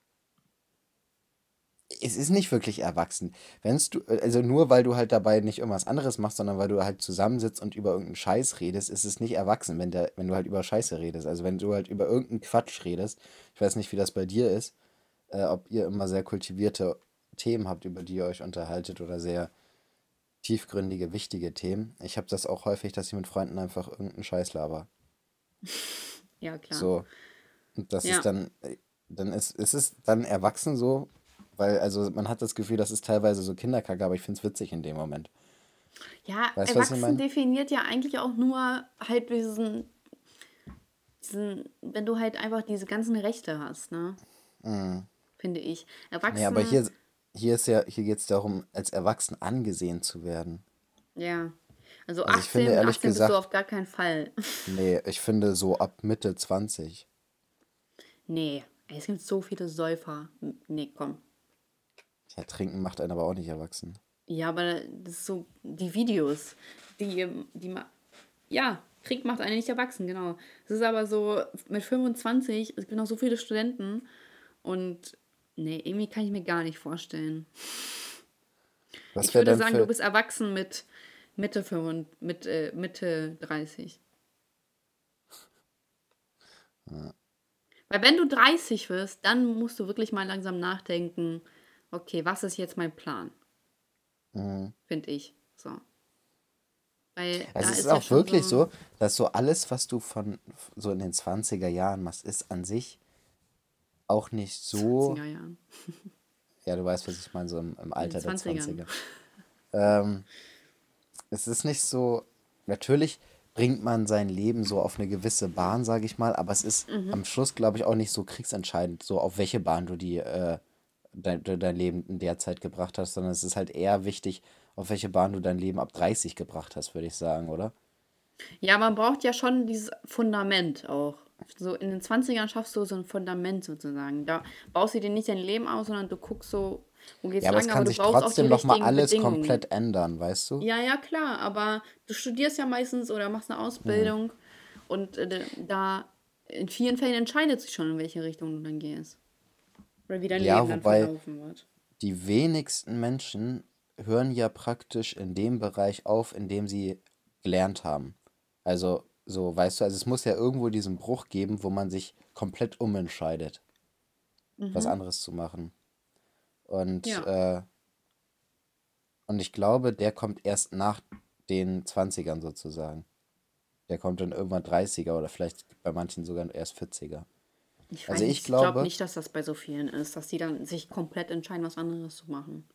es ist nicht wirklich erwachsen. Wenn's du, also nur weil du halt dabei nicht irgendwas anderes machst, sondern weil du halt zusammensitzt und über irgendeinen Scheiß redest, ist es nicht erwachsen, wenn der, wenn du halt über Scheiße redest. Also wenn du halt über irgendeinen Quatsch redest, ich weiß nicht, wie das bei dir ist, äh, ob ihr immer sehr kultivierte Themen habt, über die ihr euch unterhaltet oder sehr tiefgründige, wichtige Themen. Ich habe das auch häufig, dass ich mit Freunden einfach irgendeinen Scheiß laber. Ja, klar. So, und das ist Ja. dann, äh, dann ist, ist es dann erwachsen so, weil, also man hat das Gefühl, das ist teilweise so Kinderkacke, aber ich finde es witzig in dem Moment. Ja, Weißt du, was ich erwachsen meine? definiert ja eigentlich auch nur halt diesen, diesen, wenn du halt einfach diese ganzen Rechte hast, ne? Mhm. Finde ich. Nee, aber Erwachsen, hier, hier ist ja, hier geht es darum, als erwachsen angesehen zu werden. ja. Also Also ich finde achtzehn, ehrlich achtzehn bist du gesagt, auf gar keinen Fall. nee, ich finde so ab Mitte zwanzig. Nee, ey, es gibt so viele Säufer. M- Nee, komm. Ja, trinken macht einen aber auch nicht erwachsen. Ja, aber das ist so, die Videos, die, ähm, die, ma- ja, Krieg macht einen nicht erwachsen, genau. Es ist aber so, mit fünfundzwanzig, es gibt noch so viele Studenten und nee, irgendwie kann ich mir gar nicht vorstellen. Was Ich wäre würde dann sagen, du für, bist erwachsen mit Mitte fünf, mit, äh, Mitte dreißig. Weil wenn du dreißig wirst, dann musst du wirklich mal langsam nachdenken, okay, was ist jetzt mein Plan, mhm. finde ich. So. Weil Also da es ist ist ja auch schon wirklich so so, dass so alles, was du von so in den zwanziger Jahren machst, ist an sich auch nicht so, zwanziger Jahren. ja, du weißt, was ich meine, so im, im In den Alter der zwanzigern. Zwanziger. Ähm, Es ist nicht so, natürlich bringt man sein Leben so auf eine gewisse Bahn, sage ich mal, aber es ist Mhm. am Schluss, glaube ich, auch nicht so kriegsentscheidend, so auf welche Bahn du die, äh, dein, de- dein Leben in der Zeit gebracht hast, sondern es ist halt eher wichtig, auf welche Bahn du dein Leben ab dreißig gebracht hast, würde ich sagen, oder? Ja, man braucht ja schon dieses Fundament auch. So in den zwanzigern schaffst du so ein Fundament sozusagen. Da baust du dir nicht dein Leben aus, sondern du guckst so, wo geht's Ja, aber es lang, aber kann du sich brauchst auch die trotzdem nochmal richtigen alles Bedingungen. komplett ändern, weißt du? Ja, ja, klar, aber du studierst ja meistens oder machst eine Ausbildung und äh, da in vielen Fällen entscheidet sich schon, in welche Richtung du dann gehst. Oder wie dein Leben Ja, dann wobei verlaufen wird. die wenigsten Menschen hören ja praktisch in dem Bereich auf, in dem sie gelernt haben. Also, so, weißt du, also es muss ja irgendwo diesen Bruch geben, wo man sich komplett umentscheidet, was Mhm. anderes zu machen. Und, Ja. äh, und ich glaube, der kommt erst nach den Zwanzigern sozusagen. Der kommt dann irgendwann Dreißiger oder vielleicht bei manchen sogar erst Vierziger. Ich Also weiß ich nicht, ich glaube glaube, nicht, dass das bei so vielen ist, dass die dann sich komplett entscheiden, was anderes zu machen.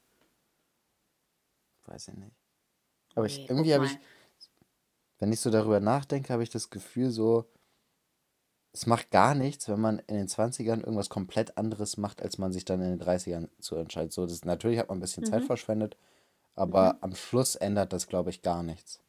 weiß ich nicht. Aber ich, Nee, irgendwie guck habe mal. ich, wenn ich so darüber nachdenke, habe ich das Gefühl so, es macht gar nichts, wenn man in den Zwanzigern irgendwas komplett anderes macht, als man sich dann in den Dreißigern zu entscheidet. So, das, natürlich hat man ein bisschen Zeit Mhm. verschwendet, Mhm. aber am Schluss ändert das, glaube ich, gar nichts.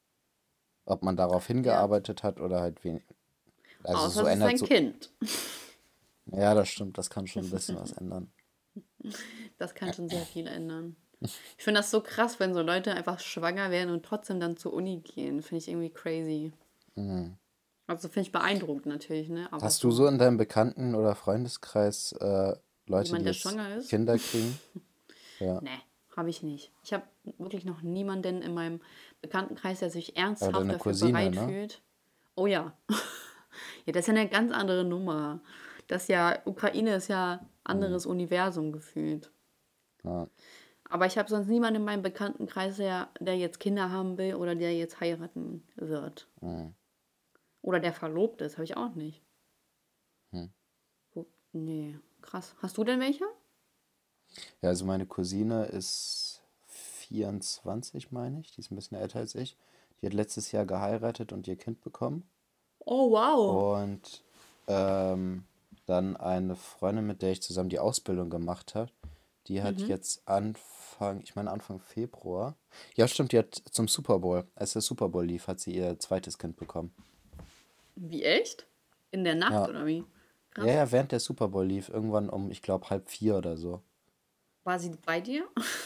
Ob man darauf Ja. hingearbeitet hat oder halt wenig. Also Außer so es ist ändert ein so. Kind. Ja, das stimmt, das kann schon ein bisschen was ändern. Das kann schon sehr viel ändern. Ich finde das so krass, wenn so Leute einfach schwanger werden und trotzdem dann zur Uni gehen. Finde ich irgendwie crazy. Mhm. Also finde ich beeindruckend natürlich, ne? Aber Hast du so so in deinem Bekannten- oder Freundeskreis äh, Leute, jemand, die der jetzt schwanger ist? Kinder kriegen? Ja. Ne, habe ich nicht. Ich habe wirklich noch niemanden in meinem Bekanntenkreis, der sich Aber ernsthaft deine dafür Cousine, bereit ne? fühlt. Oh ja. Ja, das ist ja eine ganz andere Nummer. Das ist ja, Ukraine ist ja Mhm. anderes Universum gefühlt. Ja. Aber ich habe sonst niemanden in meinem Bekanntenkreis, der, der jetzt Kinder haben will oder der jetzt heiraten wird. Mhm. Oder der verlobt ist, habe ich auch nicht. Mhm. Wo- Nee, krass. Hast du denn welche? Ja, also meine Cousine ist vierundzwanzig, meine ich. Die ist ein bisschen älter als ich. Die hat letztes Jahr geheiratet und ihr Kind bekommen. Oh, wow. Und ähm, Dann eine Freundin, mit der ich zusammen die Ausbildung gemacht habe, die hat Mhm. jetzt Anfang, ich meine Anfang Februar. Ja, stimmt, die hat zum Super Bowl, als der Super Bowl lief, hat sie ihr zweites Kind bekommen. Wie echt? In der Nacht Ja, oder wie? ja, Krass. ja, während der Super Bowl lief, irgendwann um, ich glaube, halb vier oder so. War sie bei dir?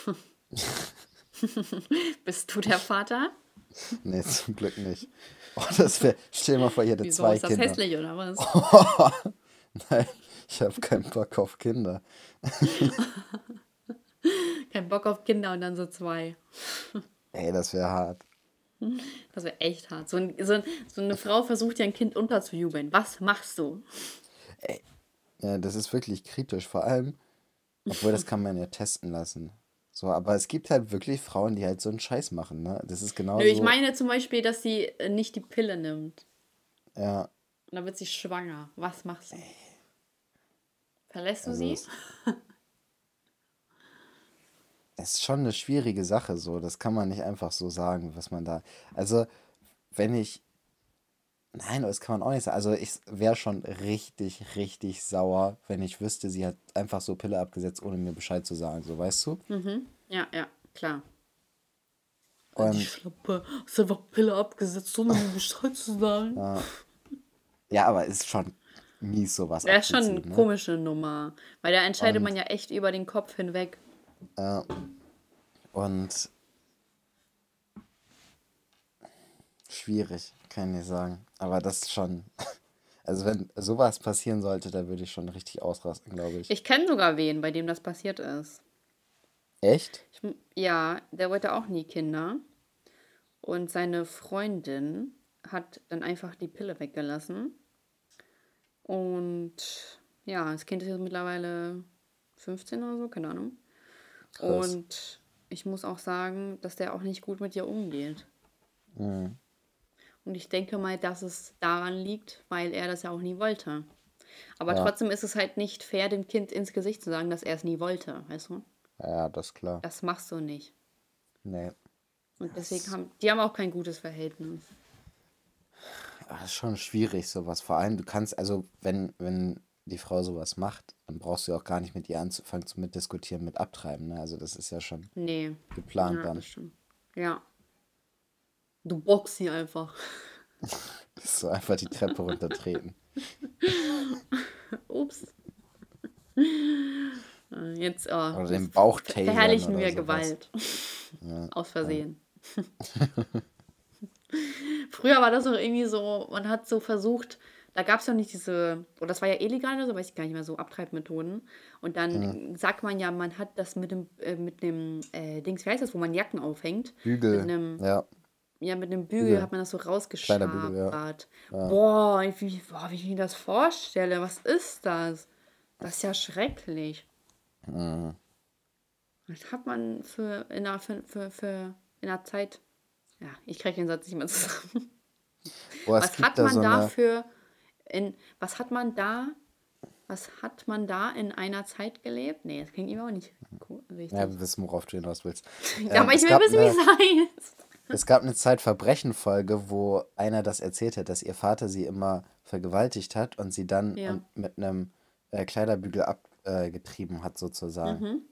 Bist du der Vater? Nee, zum Glück nicht. Oh, das wäre, stell dir mal vor, ich hätte Wieso zwei ist das Kinder. hässlich oder was? Nein, ich habe keinen Bock auf Kinder. Kein Bock auf Kinder und dann so zwei. Ey, das wäre hart. Das wäre echt hart. So, ein, so, ein, so eine Frau versucht ja ein Kind unterzujubeln. Was machst du? Ja, das ist wirklich kritisch. Vor allem, obwohl das kann man ja testen lassen. So, aber es gibt halt wirklich Frauen, die halt so einen Scheiß machen, ne? Das ist Nö, ich genauso, meine zum Beispiel, dass sie äh, nicht die Pille nimmt. ja, Und dann wird sie schwanger. Was machst du? Verlässt du also sie? es, es ist schon eine schwierige Sache, so. Das kann man nicht einfach so sagen, was man da. Also, wenn ich. Nein, das kann man auch nicht sagen. Also, ich wäre schon richtig, richtig sauer, wenn ich wüsste, sie hat einfach so Pille abgesetzt, ohne mir Bescheid zu sagen, so, weißt du? Mhm. Ja, ja, klar. Äh, Die Und Schlampe, hast einfach Pille abgesetzt, ohne mir Bescheid zu sagen. ja, ja, aber ist schon mies, sowas Das ist schon eine abzuziehen, ne? komische Nummer. Weil da entscheidet man Und, ja echt über den Kopf hinweg. äh, und schwierig, kann ich sagen. Aber das ist schon, also wenn sowas passieren sollte, da würde ich schon richtig ausrasten, glaube ich. Ich kenne sogar wen, bei dem das passiert ist. Echt? Ich, m- ja, der wollte auch nie Kinder. Und seine Freundin hat dann einfach die Pille weggelassen. Und ja, das Kind ist jetzt mittlerweile fünfzehn oder so, keine Ahnung. Krass. Und ich muss auch sagen, dass der auch nicht gut mit ihr umgeht. Mhm. Und ich denke mal, dass es daran liegt, weil er das ja auch nie wollte. Aber Ja, trotzdem ist es halt nicht fair, dem Kind ins Gesicht zu sagen, dass er es nie wollte, weißt du? ja, das ist klar. Das machst du nicht. Nee. Und deswegen Das, haben die haben auch kein gutes Verhältnis. das ist schon schwierig, sowas. Vor allem, du kannst, also wenn, wenn die Frau sowas macht, dann brauchst du ja auch gar nicht mit ihr anzufangen zu mitdiskutieren, mit abtreiben, ne? Also das ist ja schon Nee. geplant Ja, das dann. stimmt. Ja. Du boxst sie einfach. Das ist so einfach die Treppe runtertreten. Ups. Äh, Jetzt, oh, Oder den jetzt Bauch ver- tasern verherrlichen oder wir sowas. Gewalt. Ja, Aus ja. Versehen. Früher war das auch irgendwie so, man hat so versucht, da gab es ja nicht diese, oder das war ja illegal oder so, weiß ich gar nicht mehr, so Abtreibmethoden. Und Mhm. dann sagt man ja, man hat das mit dem, äh, mit dem äh, Dings, wie heißt das, wo man Jacken aufhängt, mit Bügel, einem, ja, ja, mit einem Bügel Bügel, hat man das so kleiner Bügel, ja. rausgeschabert. Ja, Boah, wie, boah, wie ich mir das vorstelle, was ist das? Das ist ja schrecklich. mhm. Was hat man für in der, für, für, für in der Zeit, ja, ich kriege den Satz nicht mehr zusammen. Boah, es Was gibt hat da man so eine, dafür in, was hat man da, was hat man da in einer Zeit gelebt? Nee, das klingt immer auch nicht cool, ja, richtig. wir wissen, worauf du hinaus willst. Ja, Ähm, aber ich es will gab wissen, eine, wie es heißt. es gab eine Zeit-Verbrechen-Folge, wo einer das erzählt hat, dass ihr Vater sie immer vergewaltigt hat und sie dann Ja. und mit einem äh, Kleiderbügel abgetrieben äh, getrieben hat, sozusagen. Mhm.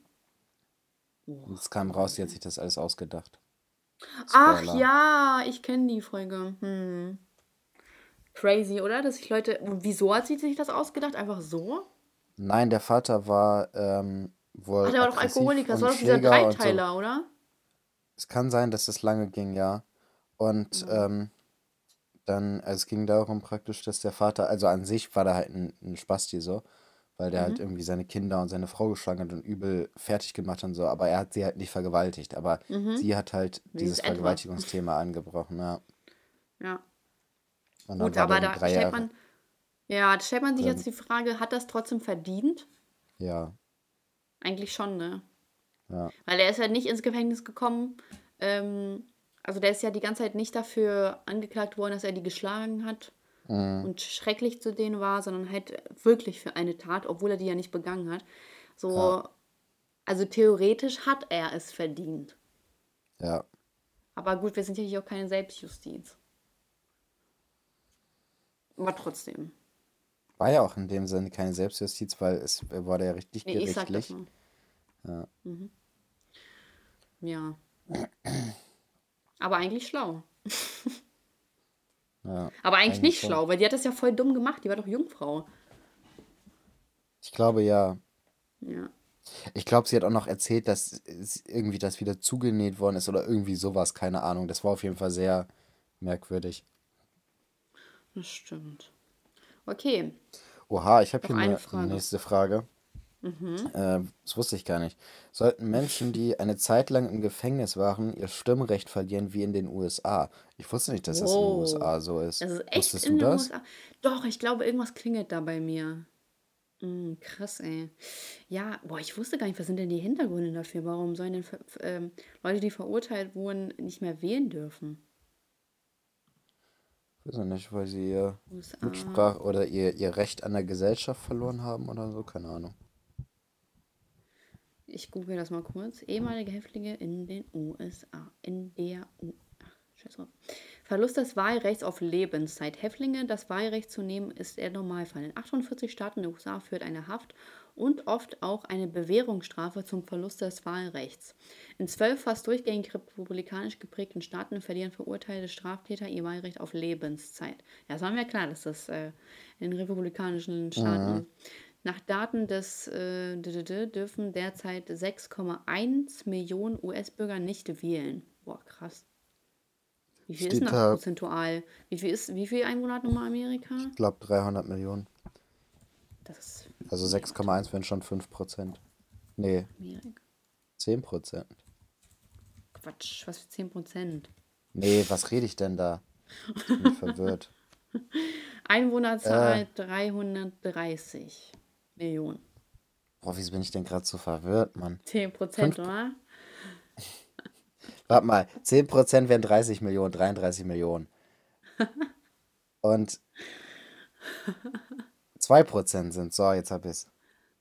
Und Boah, es kam raus, sie hat gruselig. sich das alles ausgedacht. Ach Spoiler. ja, ich kenne die Folge. Hm. Crazy, oder? Dass sich Leute. Und wieso hat sie sich das ausgedacht? Einfach so? Nein, der Vater war ähm, Ach, wohl der war doch aggressiv Alkoholiker. Das und war doch dieser Schläger und so. Dreiteiler, oder? Es kann sein, dass es lange ging, ja. Und Ja. ähm, dann, also es ging darum praktisch, dass der Vater, also an sich war der halt ein, ein Spasti so, weil der halt Mhm. irgendwie seine Kinder und seine Frau geschlagen hat und übel fertig gemacht und so, aber er hat sie halt nicht vergewaltigt, aber Mhm. sie hat halt dieses Wenigstens etwas. Vergewaltigungsthema angebrochen, ja. Ja. Und dann Gut, war der aber irgendwie da drei stellt Jahre man. Ja, da stellt man sich drin. jetzt die Frage, hat das trotzdem verdient? Ja, Eigentlich schon, ne? ja, Weil er ist ja nicht ins Gefängnis gekommen. Ähm, also der ist ja die ganze Zeit nicht dafür angeklagt worden, dass er die geschlagen hat mm, und schrecklich zu denen war, sondern halt wirklich für eine Tat, obwohl er die ja nicht begangen hat. ja, So, also theoretisch hat er es verdient. ja. Aber gut, wir sind ja hier auch keine Selbstjustiz. Aber trotzdem. War ja auch in dem Sinne keine Selbstjustiz, weil es wurde ja richtig Nee, ich sag das gerichtlich. mal. Ja. Mhm. Ja, aber eigentlich schlau. Ja, Aber eigentlich eigentlich nicht schon. schlau, weil die hat das ja voll dumm gemacht. Die war doch Jungfrau. Ich glaube ja. Ja, Ich glaube, sie hat auch noch erzählt, dass es irgendwie das wieder zugenäht worden ist oder irgendwie sowas, keine Ahnung. Das war auf jeden Fall sehr merkwürdig. das stimmt. Okay, Oha, ich habe noch hier eine eine Frage. nächste Frage. Mhm. Äh, das wusste ich gar nicht. Sollten Menschen, die eine Zeit lang im Gefängnis waren, ihr Stimmrecht verlieren wie in den U S A? Ich wusste nicht, dass das in den Wow. U S A so ist. Das ist echt Wusstest du in den das? U S A. Doch, ich glaube, irgendwas klingelt da bei mir. Mm, krass, ey. Ja, boah, ich wusste gar nicht, was sind denn die Hintergründe dafür? Warum sollen denn ver- ver- ähm, Leute, die verurteilt wurden, nicht mehr wählen dürfen? Weiß ich nicht, weil sie ihr U S A. Mitsprach oder ihr, ihr Recht an der Gesellschaft verloren haben oder so, keine Ahnung. Ich google das mal kurz. Ehemalige Häftlinge in den U S A. In der U. Ach, scheiß drauf. Verlust des Wahlrechts auf Lebenszeit. Häftlinge das Wahlrecht zu nehmen, ist der Normalfall. In achtundvierzig Staaten der U S A führt eine Haft und oft auch eine Bewährungsstrafe zum Verlust des Wahlrechts. In zwölf fast durchgängig republikanisch geprägten Staaten verlieren verurteilte Straftäter ihr Wahlrecht auf Lebenszeit. Ja, das war mir klar, dass das äh, in republikanischen Mhm. Staaten nach Daten des äh, d- d- d- dürfen derzeit sechs Komma eins Millionen U S-Bürger nicht wählen. Boah, krass. Wie viel ist denn Steht das da, prozentual? Wie viel ist, wie viel Einwohner hat nochmal Amerika? ich glaube, dreihundert Millionen. Das ist. Also Nee, warte mal. sechs Komma eins wären schon fünf Prozent. Nee, Amerika. zehn Prozent. Quatsch, was für zehn Prozent? Nee, was rede ich denn da? Jetzt bin ich verwirrt. Äh, Einwohnerzahl dreihundertdreißig Millionen. boah, wieso bin ich denn gerade so verwirrt, Mann? zehn Prozent, Fünf, oder? warte mal, zehn Prozent wären dreißig Millionen, dreiunddreißig Millionen. Und zwei Prozent sind, so, jetzt hab ich's.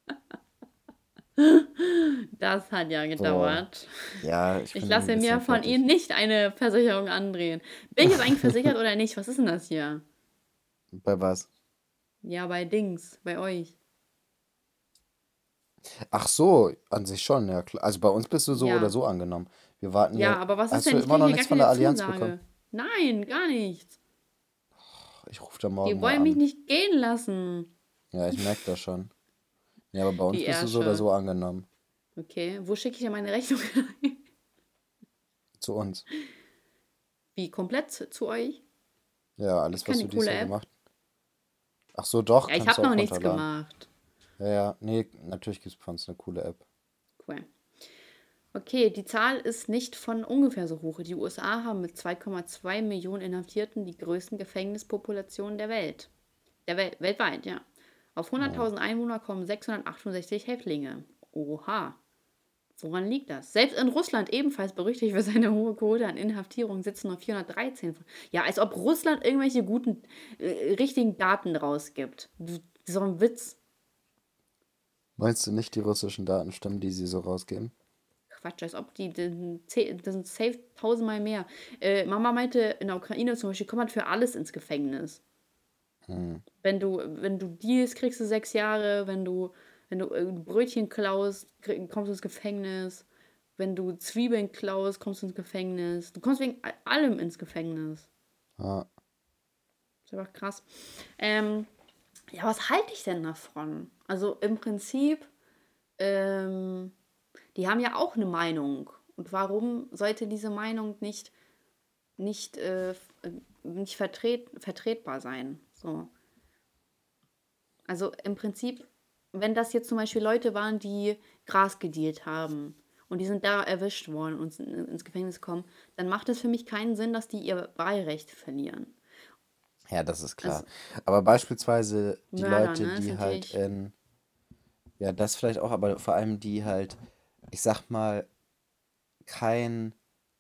Das hat ja Boah, gedauert. ja, ich Ich bin ein lasse mir bisschen von Ihnen fertig. nicht eine Versicherung andrehen. Bin ich jetzt eigentlich versichert oder nicht? Was ist denn das hier? Bei was? Ja, bei Dings, bei euch. Ach so, an sich schon, ja klar. Also bei uns bist du so oder Ja. so angenommen. Wir warten Ja, ja. aber was ist Hast du denn? Ich immer kriege noch hier gar nichts von der keine Allianz bekommen? Zusage. Nein, gar nichts. Ich rufe da Die morgen mal wollen mich an. nicht gehen lassen. Ja, ich merke das schon. Ja, aber bei uns Die bist du so oder Ärsche. so angenommen. Okay, wo schicke ich denn meine Rechnung rein? Zu uns. Wie, komplett zu zu euch? Ja, Gibt alles, was keine du dies coole Jahr App? gemacht. Ach so, doch, Ja, ich kannst du habe noch auch nichts runterladen. gemacht. Ja, ja, nee, natürlich gibt es bei uns eine coole App. Cool. Okay, die Zahl ist nicht von ungefähr so hoch. Die U S A haben mit zwei Komma zwei Millionen Inhaftierten die größten Gefängnispopulationen der Welt. Der Wel weltweit, ja. Auf Hm. hunderttausend Einwohner kommen sechshundertachtundsechzig Häftlinge. Oha. Woran liegt das? Selbst in Russland, ebenfalls berüchtigt für seine hohe Quote an Inhaftierung, sitzen nur vierhundertdreizehn. von- Ja, als ob Russland irgendwelche guten, äh, richtigen Daten rausgibt. So ein Witz. Meinst du nicht, die russischen Daten stimmen, die sie so rausgeben? Quatsch, als ob die, die, die das sind safe tausendmal mehr. Äh, Mama meinte, in der Ukraine zum Beispiel kommt man für alles ins Gefängnis. Hm. Wenn du, wenn du Deals kriegst du sechs Jahre, wenn du, wenn du äh, Brötchen klaust, krieg, kommst du ins Gefängnis. Wenn du Zwiebeln klaust, kommst du ins Gefängnis. Du kommst wegen a- allem ins Gefängnis. Ja. Das ist einfach krass. Ähm, ja, was halte ich denn davon? Also im Prinzip, ähm, die haben ja auch eine Meinung. Und warum sollte diese Meinung nicht, nicht, äh, nicht vertret, vertretbar sein? So. Also im Prinzip, wenn das jetzt zum Beispiel Leute waren, die Gras gedealt haben und die sind da erwischt worden und sind ins Gefängnis gekommen, dann macht es für mich keinen Sinn, dass die ihr Wahlrecht verlieren. Ja, das ist klar. Also Aber beispielsweise die Mörder, Leute, ne? Ist die halt natürlich. in, ja, das vielleicht auch, aber vor allem die halt, ich sag mal, kein,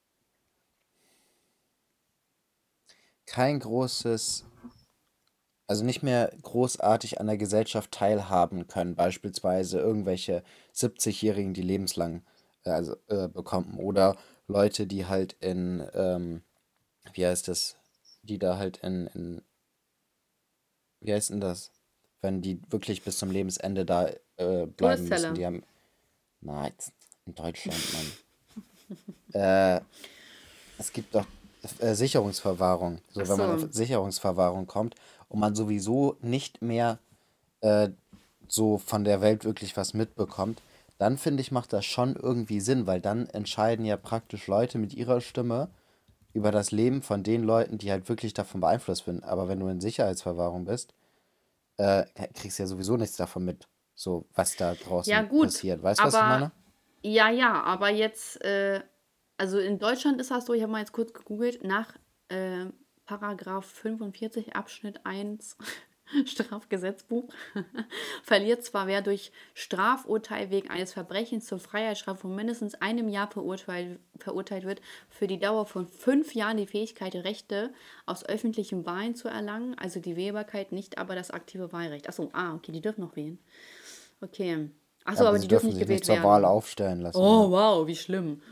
kein großes, also nicht mehr großartig an der Gesellschaft teilhaben können, beispielsweise irgendwelche siebzig-Jährigen, die lebenslang äh, also, äh, bekommen oder Leute, die halt in, ähm, wie heißt das, die da halt in, in, wie heißt denn das? wenn die wirklich bis zum Lebensende da äh, bleiben müssen. Todeszelle. Die haben, na, jetzt in Deutschland, Mann. Äh, Es gibt doch äh, Sicherungsverwahrung. Ach So, wenn man auf so. Sicherungsverwahrung kommt und man sowieso nicht mehr äh, so von der Welt wirklich was mitbekommt, dann finde ich, macht das schon irgendwie Sinn, weil dann entscheiden ja praktisch Leute mit ihrer Stimme über das Leben von den Leuten, die halt wirklich davon beeinflusst werden. Aber wenn du in Sicherheitsverwahrung bist, äh, kriegst du ja sowieso nichts davon mit, so was da Ja, draußen gut. passiert. Weißt du, was ich Aber, meine? ja, ja, aber jetzt, äh, also in Deutschland ist das so, ich habe mal jetzt kurz gegoogelt, nach äh, Paragraph fünfundvierzig Abschnitt eins Strafgesetzbuch verliert zwar wer durch Strafurteil wegen eines Verbrechens zur Freiheitsstrafe von mindestens einem Jahr verurteilt, verurteilt wird, für die Dauer von fünf Jahren die Fähigkeit, Rechte aus öffentlichen Wahlen zu erlangen, also die Wählbarkeit, nicht aber das aktive Wahlrecht. Achso, ah, okay, die dürfen noch wählen. Okay. Achso, Aber aber sie die dürfen dürfen nicht sich nicht gewählt zur Wahl werden. aufstellen lassen, Oh, ja. wow, wie schlimm.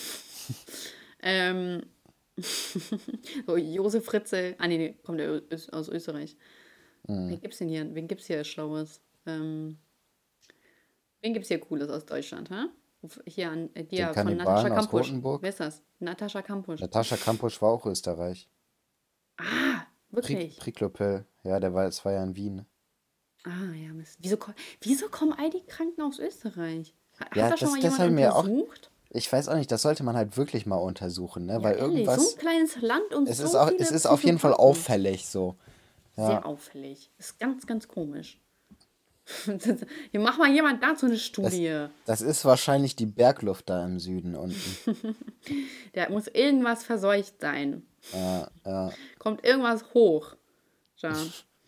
Ähm, so, Josef Fritzl, ah nee, nee, kommt der Ö- aus Österreich. Wen gibt's denn hier? Wen gibt's hier Schlaues? Ähm, wen gibt's hier Cooles aus Deutschland, hä? Hier an äh, Den dir von Natascha Kannibalen aus Kampusch. Wer Rothenburg. ist das? Natascha Kampusch. Natascha Kampusch war auch Österreich. Ah, Pri wirklich? Priklopel, ja, der war, es war ja in Wien. Ah, ja, Mist. Wieso, ko- wieso kommen all die Kranken aus Österreich? Ha- Hat Ja, das schon das, mal das jemand habe ich mir auch, untersucht? ich weiß auch nicht, das sollte man halt wirklich mal untersuchen, ne? Ja, Weil ehrlich, so ein irgendwas, kleines Land und es ist so auch, es viele ist auf jeden Fall Psychopathen. auffällig so. Ja, Sehr auffällig. Ist ganz, ganz komisch. Hier mach mal jemand dazu eine das, Studie. das ist wahrscheinlich die Bergluft da im Süden unten. Da muss irgendwas verseucht sein. Ja, ja, Kommt irgendwas hoch. Ja.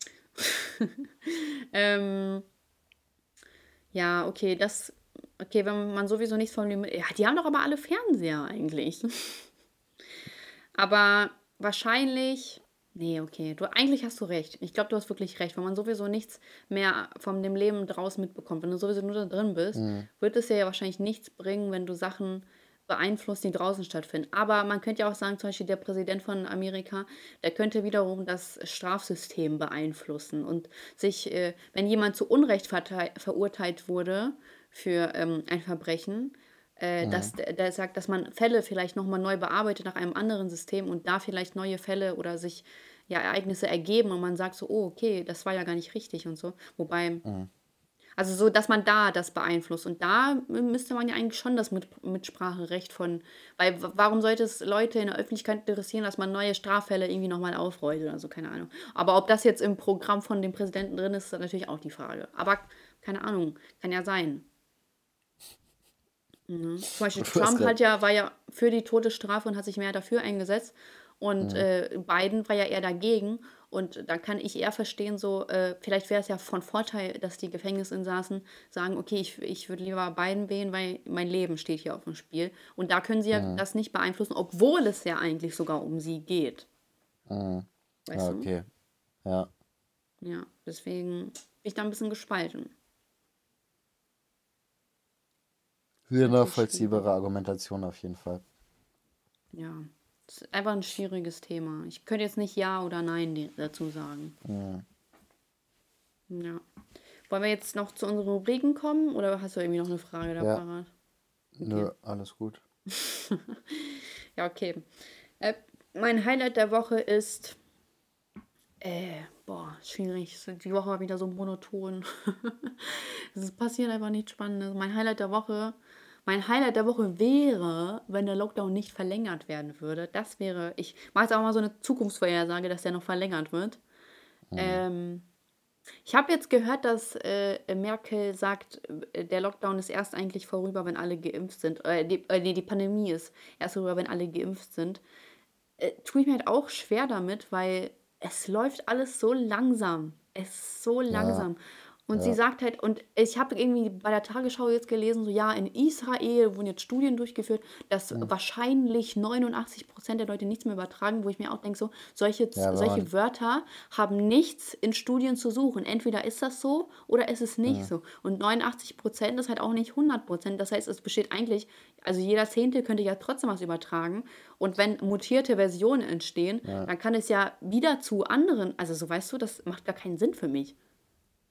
Ähm, ja, okay, das. Okay, wenn man sowieso nichts von dem. Ja, die haben doch aber alle Fernseher eigentlich. Aber wahrscheinlich. Nee, okay. Du, eigentlich hast du recht. Ich glaube, du hast wirklich recht. Wenn man sowieso nichts mehr von dem Leben draußen mitbekommt, wenn du sowieso nur da drin bist, hm, wird es dir ja wahrscheinlich nichts bringen, wenn du Sachen beeinflusst, die draußen stattfinden. Aber man könnte ja auch sagen, zum Beispiel der Präsident von Amerika, der könnte wiederum das Strafsystem beeinflussen und sich, äh, wenn jemand zu Unrecht vertei- verurteilt wurde für ähm, ein Verbrechen, äh, hm, dass der, der sagt, dass man Fälle vielleicht nochmal neu bearbeitet nach einem anderen System und da vielleicht neue Fälle oder sich ja Ereignisse ergeben und man sagt so, oh, okay, das war ja gar nicht richtig und so. Wobei, hm. also so, dass man da das beeinflusst. Und da müsste man ja eigentlich schon das Mit Mitspracherecht von, weil w- warum sollte es Leute in der Öffentlichkeit interessieren, dass man neue Straffälle irgendwie nochmal aufrollt oder so, keine Ahnung. Aber ob das jetzt im Programm von dem Präsidenten drin ist, ist natürlich auch die Frage. Aber keine Ahnung, kann ja sein. Mhm. Zum Beispiel Du hast Trump gerade, hat ja, war ja für die Todesstrafe und hat sich mehr dafür eingesetzt. Und hm, äh, Biden war ja eher dagegen. Und da kann ich eher verstehen, so, äh, vielleicht wäre es ja von Vorteil, dass die Gefängnisinsassen sagen, okay, ich, ich würde lieber Biden wählen, weil mein Leben steht hier auf dem Spiel. Und da können sie ja hm, das nicht beeinflussen, obwohl es ja eigentlich sogar um sie geht. hm. Ja, Weißt du? okay. Ja. Ja, deswegen bin ich da ein bisschen gespalten. Ist Sehr natürlich nachvollziehbare schwierig. Argumentation auf jeden Fall. Ja, es ist einfach ein schwieriges Thema. Ich könnte jetzt nicht Ja oder Nein de- dazu sagen. Hm. Ja. Wollen wir jetzt noch zu unseren Rubriken kommen oder hast du irgendwie noch eine Frage da Ja, parat? Okay. nö, alles gut. Ja, okay. Äh, mein Highlight der Woche ist, äh, boah, schwierig. Die Woche war wieder so monoton. Es passiert einfach nichts Spannendes. Mein Highlight der Woche, mein Highlight der Woche wäre, wenn der Lockdown nicht verlängert werden würde. Das wäre, ich mache jetzt auch mal so eine Zukunftsvorhersage, dass der noch verlängert wird. Hm. Ähm, Ich habe jetzt gehört, dass äh, Merkel sagt, äh, der Lockdown ist erst eigentlich vorüber, wenn alle geimpft sind. Äh, die, äh, nee, die Pandemie ist erst vorüber, wenn alle geimpft sind. Äh, tue ich mir halt auch schwer damit, weil es läuft alles so langsam. Es ist so Ja, langsam. Und sie ja. sagt halt, und ich habe irgendwie bei der Tagesschau jetzt gelesen, so ja, in Israel wurden jetzt Studien durchgeführt, dass Hm. wahrscheinlich neunundachtzig Prozent der Leute nichts mehr übertragen, wo ich mir auch denke, so, solche, Ja, wenn solche man, Wörter haben nichts in Studien zu suchen. Entweder ist das so oder ist es nicht hm, so. Und neunundachtzig Prozent ist halt auch nicht hundert Prozent. Das heißt, es besteht eigentlich, also jeder Zehnte könnte ja trotzdem was übertragen. Und wenn mutierte Versionen entstehen, ja. dann kann es ja wieder zu anderen, also so weißt du, das macht gar keinen Sinn für mich.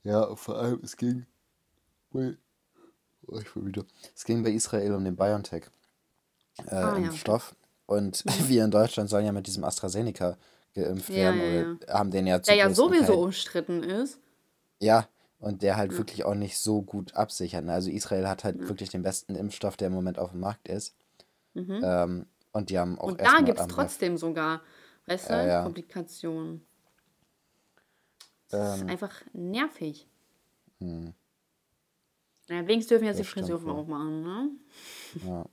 Ja, vor allem, es ging bei, oh, ich bin wieder. Es ging bei Israel um den BioNTech Ah äh, ja, okay. Impfstoff. Und Mhm. wir in Deutschland sollen ja mit diesem AstraZeneca geimpft Ja, werden ja, oder ja. haben den ja Der zu ja größten sowieso Teil. umstritten ist. Ja, und der halt Ja, wirklich auch nicht so gut absichert. Ne? Also Israel hat halt ja. wirklich den besten Impfstoff, der im Moment auf dem Markt ist. Mhm. Ähm, und die haben auch Und da erstmal, gibt es haben ja, trotzdem sogar, weißt ja, du, ja, Komplikationen. Das ist ähm, einfach nervig. hm, Na, wenigstens dürfen jetzt die das stimmt Friseure wohl. aufmachen, ne? Ja.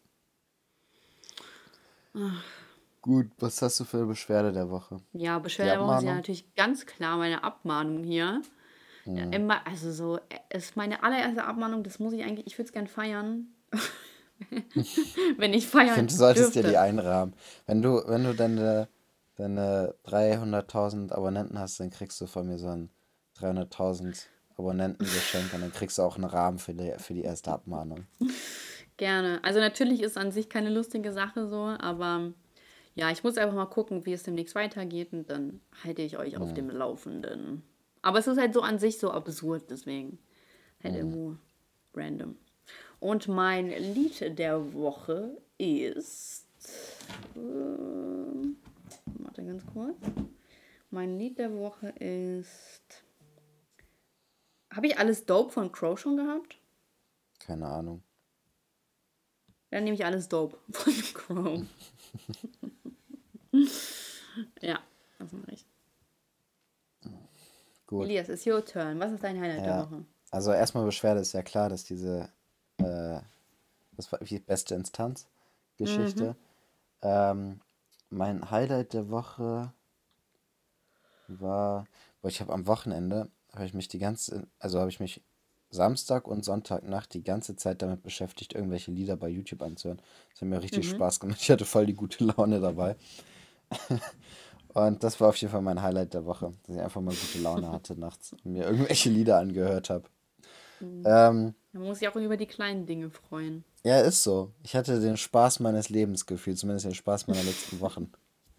Gut, was hast du für eine Beschwerde der Woche? Ja, Die Beschwerde der Woche ist ja Abmahnung? natürlich ganz klar meine Abmahnung hier. Ja, Hm. immer, also so, äh, ist meine allererste Abmahnung, das muss ich eigentlich, ich würde es gern feiern, wenn ich Ich feiern finde, du solltest dir die dürfte. einrahmen. Wenn du, wenn du deine, deine dreihunderttausend Abonnenten hast, dann kriegst du von mir so ein dreihunderttausend Abonnenten-Geschenk und dann kriegst du auch einen Rahmen für die, für die erste Abmahnung. Gerne. Also natürlich ist an sich keine lustige Sache so, aber ja, ich muss einfach mal gucken, wie es demnächst weitergeht und dann halte ich euch auf Hm, dem Laufenden. Aber es ist halt so an sich so absurd, deswegen halt hm. irgendwo random. Und mein Lied der Woche ist. Ähm, warte ganz kurz. Mein Lied der Woche ist. Habe ich alles Dope von Crow schon gehabt? Keine Ahnung. Dann nehme ich alles Dope von Crow. Ja, das mache ich. Gut. Elias, it's your turn. Was ist dein Highlight der Ja. Woche? Also erstmal Beschwerde ist ja klar, dass diese, äh, das war die beste Mhm. Instanz-Geschichte. Ähm, mein Highlight der Woche war, boah, ich habe am Wochenende, habe ich mich die ganze, also habe ich mich Samstag und Sonntagnacht die ganze Zeit damit beschäftigt, irgendwelche Lieder bei YouTube anzuhören. Das hat mir richtig Mhm. Spaß gemacht. Ich hatte voll die gute Laune dabei. Und das war auf jeden Fall mein Highlight der Woche, dass ich einfach mal gute Laune hatte nachts und mir irgendwelche Lieder angehört habe. Mhm. Ähm, Man muss sich auch über die kleinen Dinge freuen. ja, ist so. Ich hatte den Spaß meines Lebens gefühlt, zumindest den Spaß meiner letzten Wochen.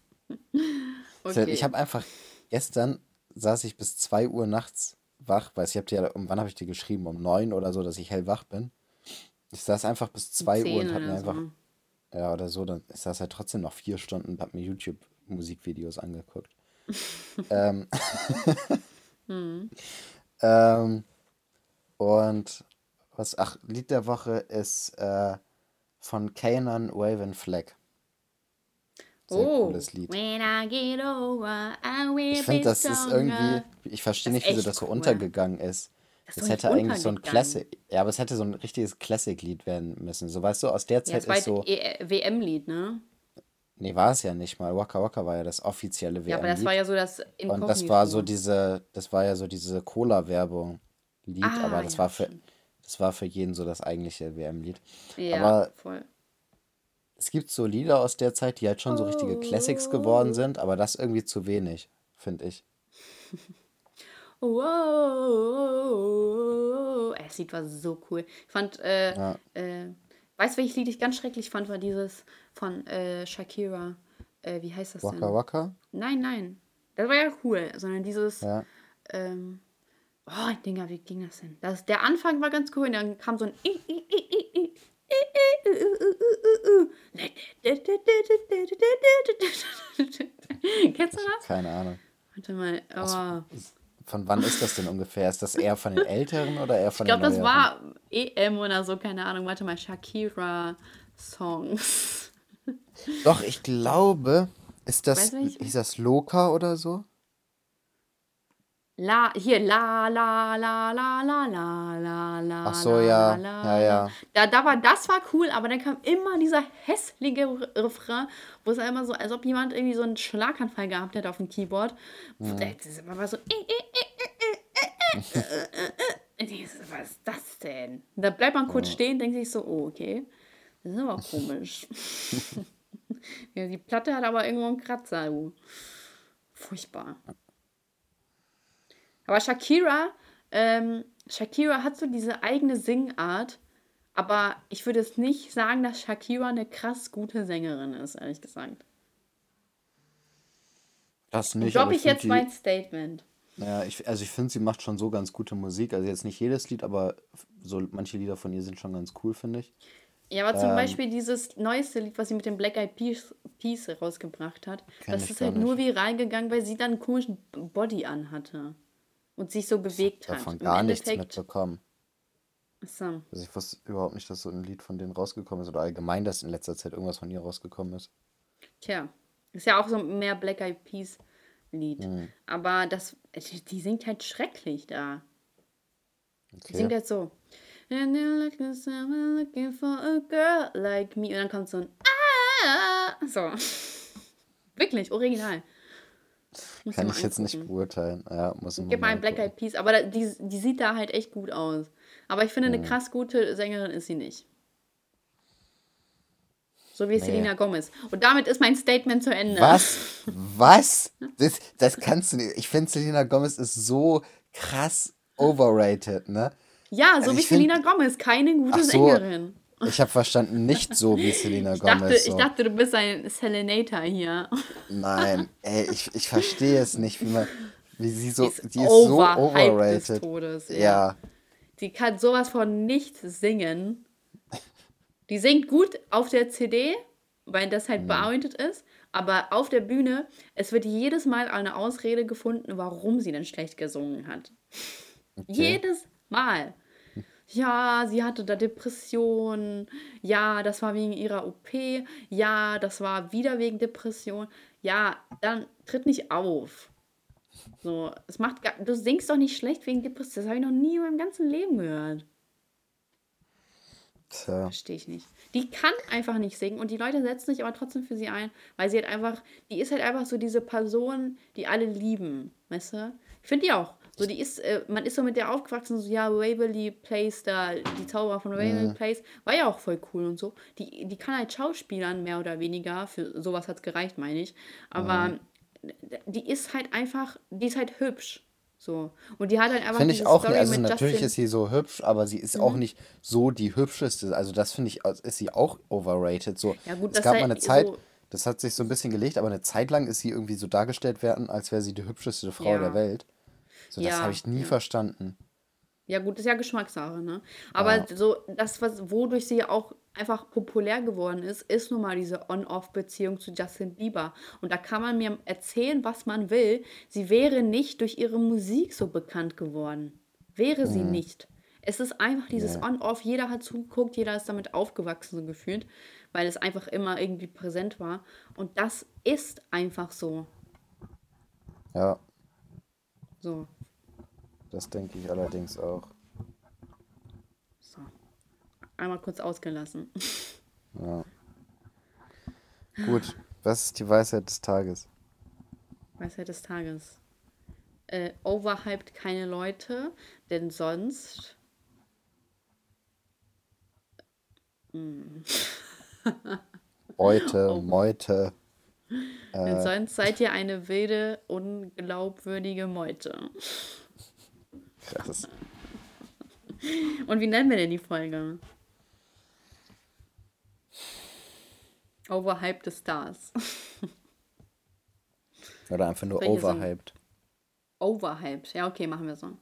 Ich Okay. habe einfach, gestern saß ich bis zwei Uhr nachts wach, weil ich habe dir, ja, um wann habe ich dir geschrieben? Um neun oder so, dass ich hellwach bin. Ich saß einfach bis Um zwei Uhr zehn und habe mir oder einfach, so. ja, oder so, dann ich saß halt trotzdem noch vier Stunden und habe mir YouTube-Musikvideos angeguckt. Ähm, Mhm. ähm, und was, ach, Lied der Woche ist äh, von Kanan Raven Flag. Sehr Oh, cooles Lied. when I get over, I will Ich finde, be das ist irgendwie, stronger. ich verstehe Das ist nicht, wieso echt das so cool. untergegangen ist. Das ist doch Das nicht hätte eigentlich so ein untergegangen. Classic, ja, aber es hätte so ein richtiges Classic-Lied werden müssen. So, weißt du, aus der Ja, Zeit es war ist halt so, E- W M-Lied, ne? nee, war es ja nicht mal. Waka Waka war ja das offizielle Ja, aber das war W M-Lied. ja so das Und das war so Inkognito. diese, das war ja so diese Cola-Werbung-Lied, aber Ah, das ja, war für, stimmt. das war für jeden so das eigentliche W M-Lied. Ja, Aber voll. es gibt so Lieder aus der Zeit, die halt schon so richtige Classics geworden Oh. sind, aber das irgendwie zu wenig, finde ich. Wow. Ey, das Lied war so cool. Ich fand, äh, Ja, äh, weißt du, welches Lied ich ganz schrecklich fand, war dieses von äh, Shakira. Äh, wie heißt das Waka denn? Waka, Nein, nein. Das war ja cool, sondern dieses, ja, ähm, oh, Digga, wie ging das denn? Das, der Anfang war ganz cool und dann kam so ein I, I, I, I, I, Kennst du ich habe das? keine Ahnung. Warte mal, Was, aber von wann ist das denn ungefähr? Ist das eher von den älteren oder eher ich von den glaube, das neueren? war E M oder so, keine Ahnung. Warte mal, Shakira Songs. Doch, ich glaube, ist Weißt das, du, welche ich ist meine? das Loka oder so? La, hier, la, la, la, la, la, la, la, Ach la, so, la, la, ja, ja, la, la. ja. Da, da war, das war cool, aber dann kam immer dieser hässliche Re- Refrain, wo es immer so, als ob jemand irgendwie so einen Schlaganfall gehabt hätte auf dem Keyboard. Hm. Das war so, was ist das denn? Da bleibt man kurz Hm. stehen, denkt sich so, oh, okay, das ist aber komisch. Ja, die Platte hat aber irgendwo einen Kratzer, du. Furchtbar. Aber Shakira, ähm, Shakira hat so diese eigene Singart, aber ich würde jetzt nicht sagen, dass Shakira eine krass gute Sängerin ist, ehrlich gesagt. Das nicht, aber Droppe ich ich finde jetzt mein die, Statement. Ja, ich, also ich finde, sie macht schon so ganz gute Musik. Also jetzt nicht jedes Lied, aber so manche Lieder von ihr sind schon ganz cool, finde ich. Ja, aber zum Ähm, Beispiel dieses neueste Lied, was sie mit dem Black Eyed Peas, Peas rausgebracht hat, Kenne das ich ist gar halt nur nicht. viral gegangen, weil sie dann einen komischen Body anhatte und sich so Ich habe bewegt hat. davon Im gar nichts Endeffekt, mitbekommen. so, Also ich wusste überhaupt nicht, dass so ein Lied von denen rausgekommen ist oder allgemein, dass in letzter Zeit irgendwas von ihr rausgekommen ist. tja, ist ja auch so mehr Black Eyed Peas Lied. Hm, Aber das, die singt halt schrecklich da. Die okay. singt halt so. And they're looking, someone looking for a girl like me. Und dann kommt so ein Ah! So. Wirklich, original. Muss ich Kann mal ich jetzt nicht angucken. beurteilen. Ja, muss ich mal Gib mal ein Black nachgucken. Eyed Peas. Aber da, die, die sieht da halt echt gut aus. Aber ich finde, eine Hm. krass gute Sängerin ist sie nicht. So wie Nee. Selena Gomez. Und damit ist mein Statement zu Ende. Was? Was? Das, das kannst du nicht. Ich finde, Selena Gomez ist so krass overrated, ne? Ja, Also so wie ich finde, Selena Gomez. Keine ach gute so, Sängerin. ich habe verstanden, nicht so wie Selena Ich dachte, Gomez, ich so. dachte, du bist ein Selenator hier. Nein, ey, ich, ich verstehe es nicht, wie man, wie sie Die so, ist die ist so overhyped des overrated. Todes, ja. Ja, Die kann sowas von nicht singen. Die singt gut auf der C D, weil das halt hm, bearbeitet ist. Aber auf der Bühne, es wird jedes Mal eine Ausrede gefunden, warum sie denn schlecht gesungen hat. okay. Jedes Mal. Ja, sie hatte da Depressionen. Ja, das war wegen ihrer O P. Ja, das war wieder wegen Depression. Ja, dann tritt nicht auf. So, es macht gar, du singst doch nicht schlecht wegen Depression. Das habe ich noch nie in meinem ganzen Leben gehört. Tja, Verstehe ich nicht. Die kann einfach nicht singen und die Leute setzen sich aber trotzdem für sie ein, weil sie halt einfach, die ist halt einfach so diese Person, die alle lieben, weißt du? Ich finde die auch. So, die ist, äh, man ist so mit der aufgewachsen, so, ja, Waverly Place, da, die Zauberer von Waverly hm, Place, war ja auch voll cool und so. Die, die kann halt Schauspielern, mehr oder weniger, für sowas hat es gereicht, meine ich. hm. Aber die ist halt einfach, die ist halt hübsch. So. Und die hat halt einfach Finde ich diese auch nicht, Story also mit natürlich ist Justin. sie so hübsch, aber sie ist auch Mhm. nicht so die hübscheste. Also das finde ich, ist sie auch overrated. So, Ja, gut, es das ist gab mal halt eine Zeit, so, das hat sich so ein bisschen gelegt, aber eine Zeit lang ist sie irgendwie so dargestellt werden, als wäre sie die hübscheste Frau der ja, Welt. So, das habe ja, ich nie ja. verstanden. Ja, gut, ist ja Geschmackssache, ne? Aber Ja, so, das, was, wodurch sie ja auch einfach populär geworden ist, ist nun mal diese On-Off-Beziehung zu Justin Bieber. Und da kann man mir erzählen, was man will. Sie wäre nicht durch ihre Musik so bekannt geworden. Wäre sie hm, nicht. Es ist einfach dieses nee, On-Off. Jeder hat zugeguckt, jeder ist damit aufgewachsen, so gefühlt, weil es einfach immer irgendwie präsent war. Und das ist einfach so. ja, So, das denke ich allerdings auch. so. Einmal kurz ausgelassen. Ja. Gut, was ist die Weisheit des Tages? Weisheit des Tages. Äh, overhyped keine Leute, denn sonst, Beute, oh, Meute, denn äh, sonst seid ihr eine wilde, unglaubwürdige Meute. krass. Und wie nennen wir denn die Folge? Overhyped Stars. Oder einfach nur Welche sind overhyped. overhyped? Ja, okay, machen wir so.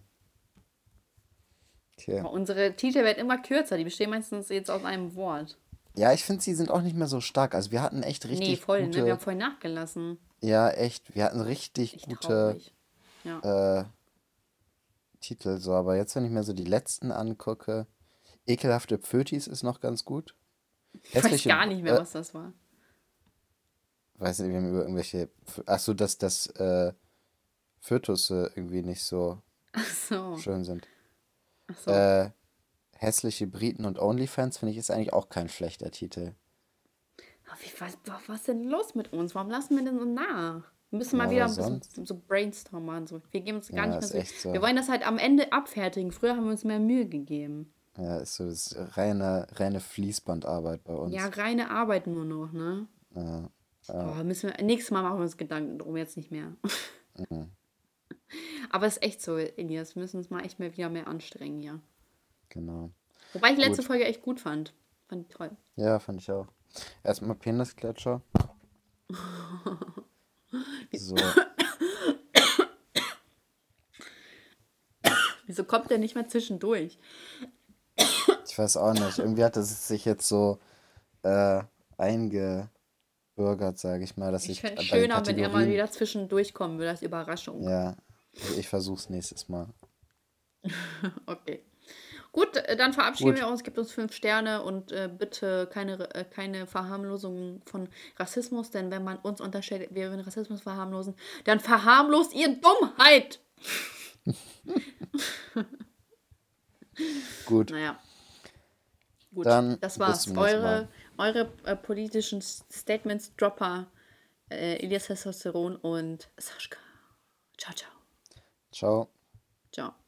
Okay. Aber unsere Titel werden immer kürzer, die bestehen meistens jetzt aus einem Wort. Ja, ich finde, sie sind auch nicht mehr so stark. Also wir hatten echt Nee, richtig voll, ne? Wir gute, haben voll nachgelassen. ja, echt, wir hatten richtig Echt gute traurig. Ja. äh, Titel. So, aber jetzt, wenn ich mir so die letzten angucke, ekelhafte Pfötis ist noch ganz gut. Ich weiß Hässliche, gar nicht mehr, äh, was das war. weiß nicht, wir haben über irgendwelche, ach so, dass das äh, Fötusse irgendwie nicht so Ach so. schön sind. Ach so. Äh, hässliche Briten und Onlyfans finde ich ist eigentlich auch kein schlechter Titel. Aber wie, was, was ist denn los mit uns? Warum lassen wir denn so nach? Wir müssen mal Ja, wieder aber ein bisschen sonst, so brainstormen machen. So. Wir geben uns gar ja, nicht mehr ist so. echt Wir so. wollen das halt am Ende abfertigen. Früher haben wir uns mehr Mühe gegeben. Ja, ist so das ist reine, reine Fließbandarbeit bei Ja, uns. reine Arbeit nur noch, ne? Ja, ja, Oh, müssen wir, nächstes Mal machen wir uns Gedanken drum, jetzt nicht mehr. mhm, Aber es ist echt so, Elias. Wir müssen uns mal echt mehr wieder mehr anstrengen, ja. genau. Wobei ich letzte Gut. Folge echt gut fand. Fand ich toll. Ja, fand ich auch. Erstmal Penisgletscher. So. Wieso kommt der nicht mehr zwischendurch? Ich weiß auch nicht. Irgendwie hat es sich jetzt so äh, eingebürgert, sage ich mal, dass Ich ich fände es bei den schöner, wenn er mal Kategorien. wieder zwischendurch kommen würde, als Überraschung. Ja, also ich versuch's nächstes Mal. Okay. Gut, äh, dann verabschieden Gut, wir uns, gibt uns fünf Sterne und äh, bitte keine, äh, keine Verharmlosung von Rassismus, denn wenn man uns unterstellt, wir würden Rassismus verharmlosen, dann verharmlost ihr Dummheit! gut. Naja, gut, Dann das bis war's. zum nächsten Mal. Eure, eure äh, politischen Statements, Dropper, äh, Elias Testosteron und Sascha. Ciao, ciao. Ciao. Ciao.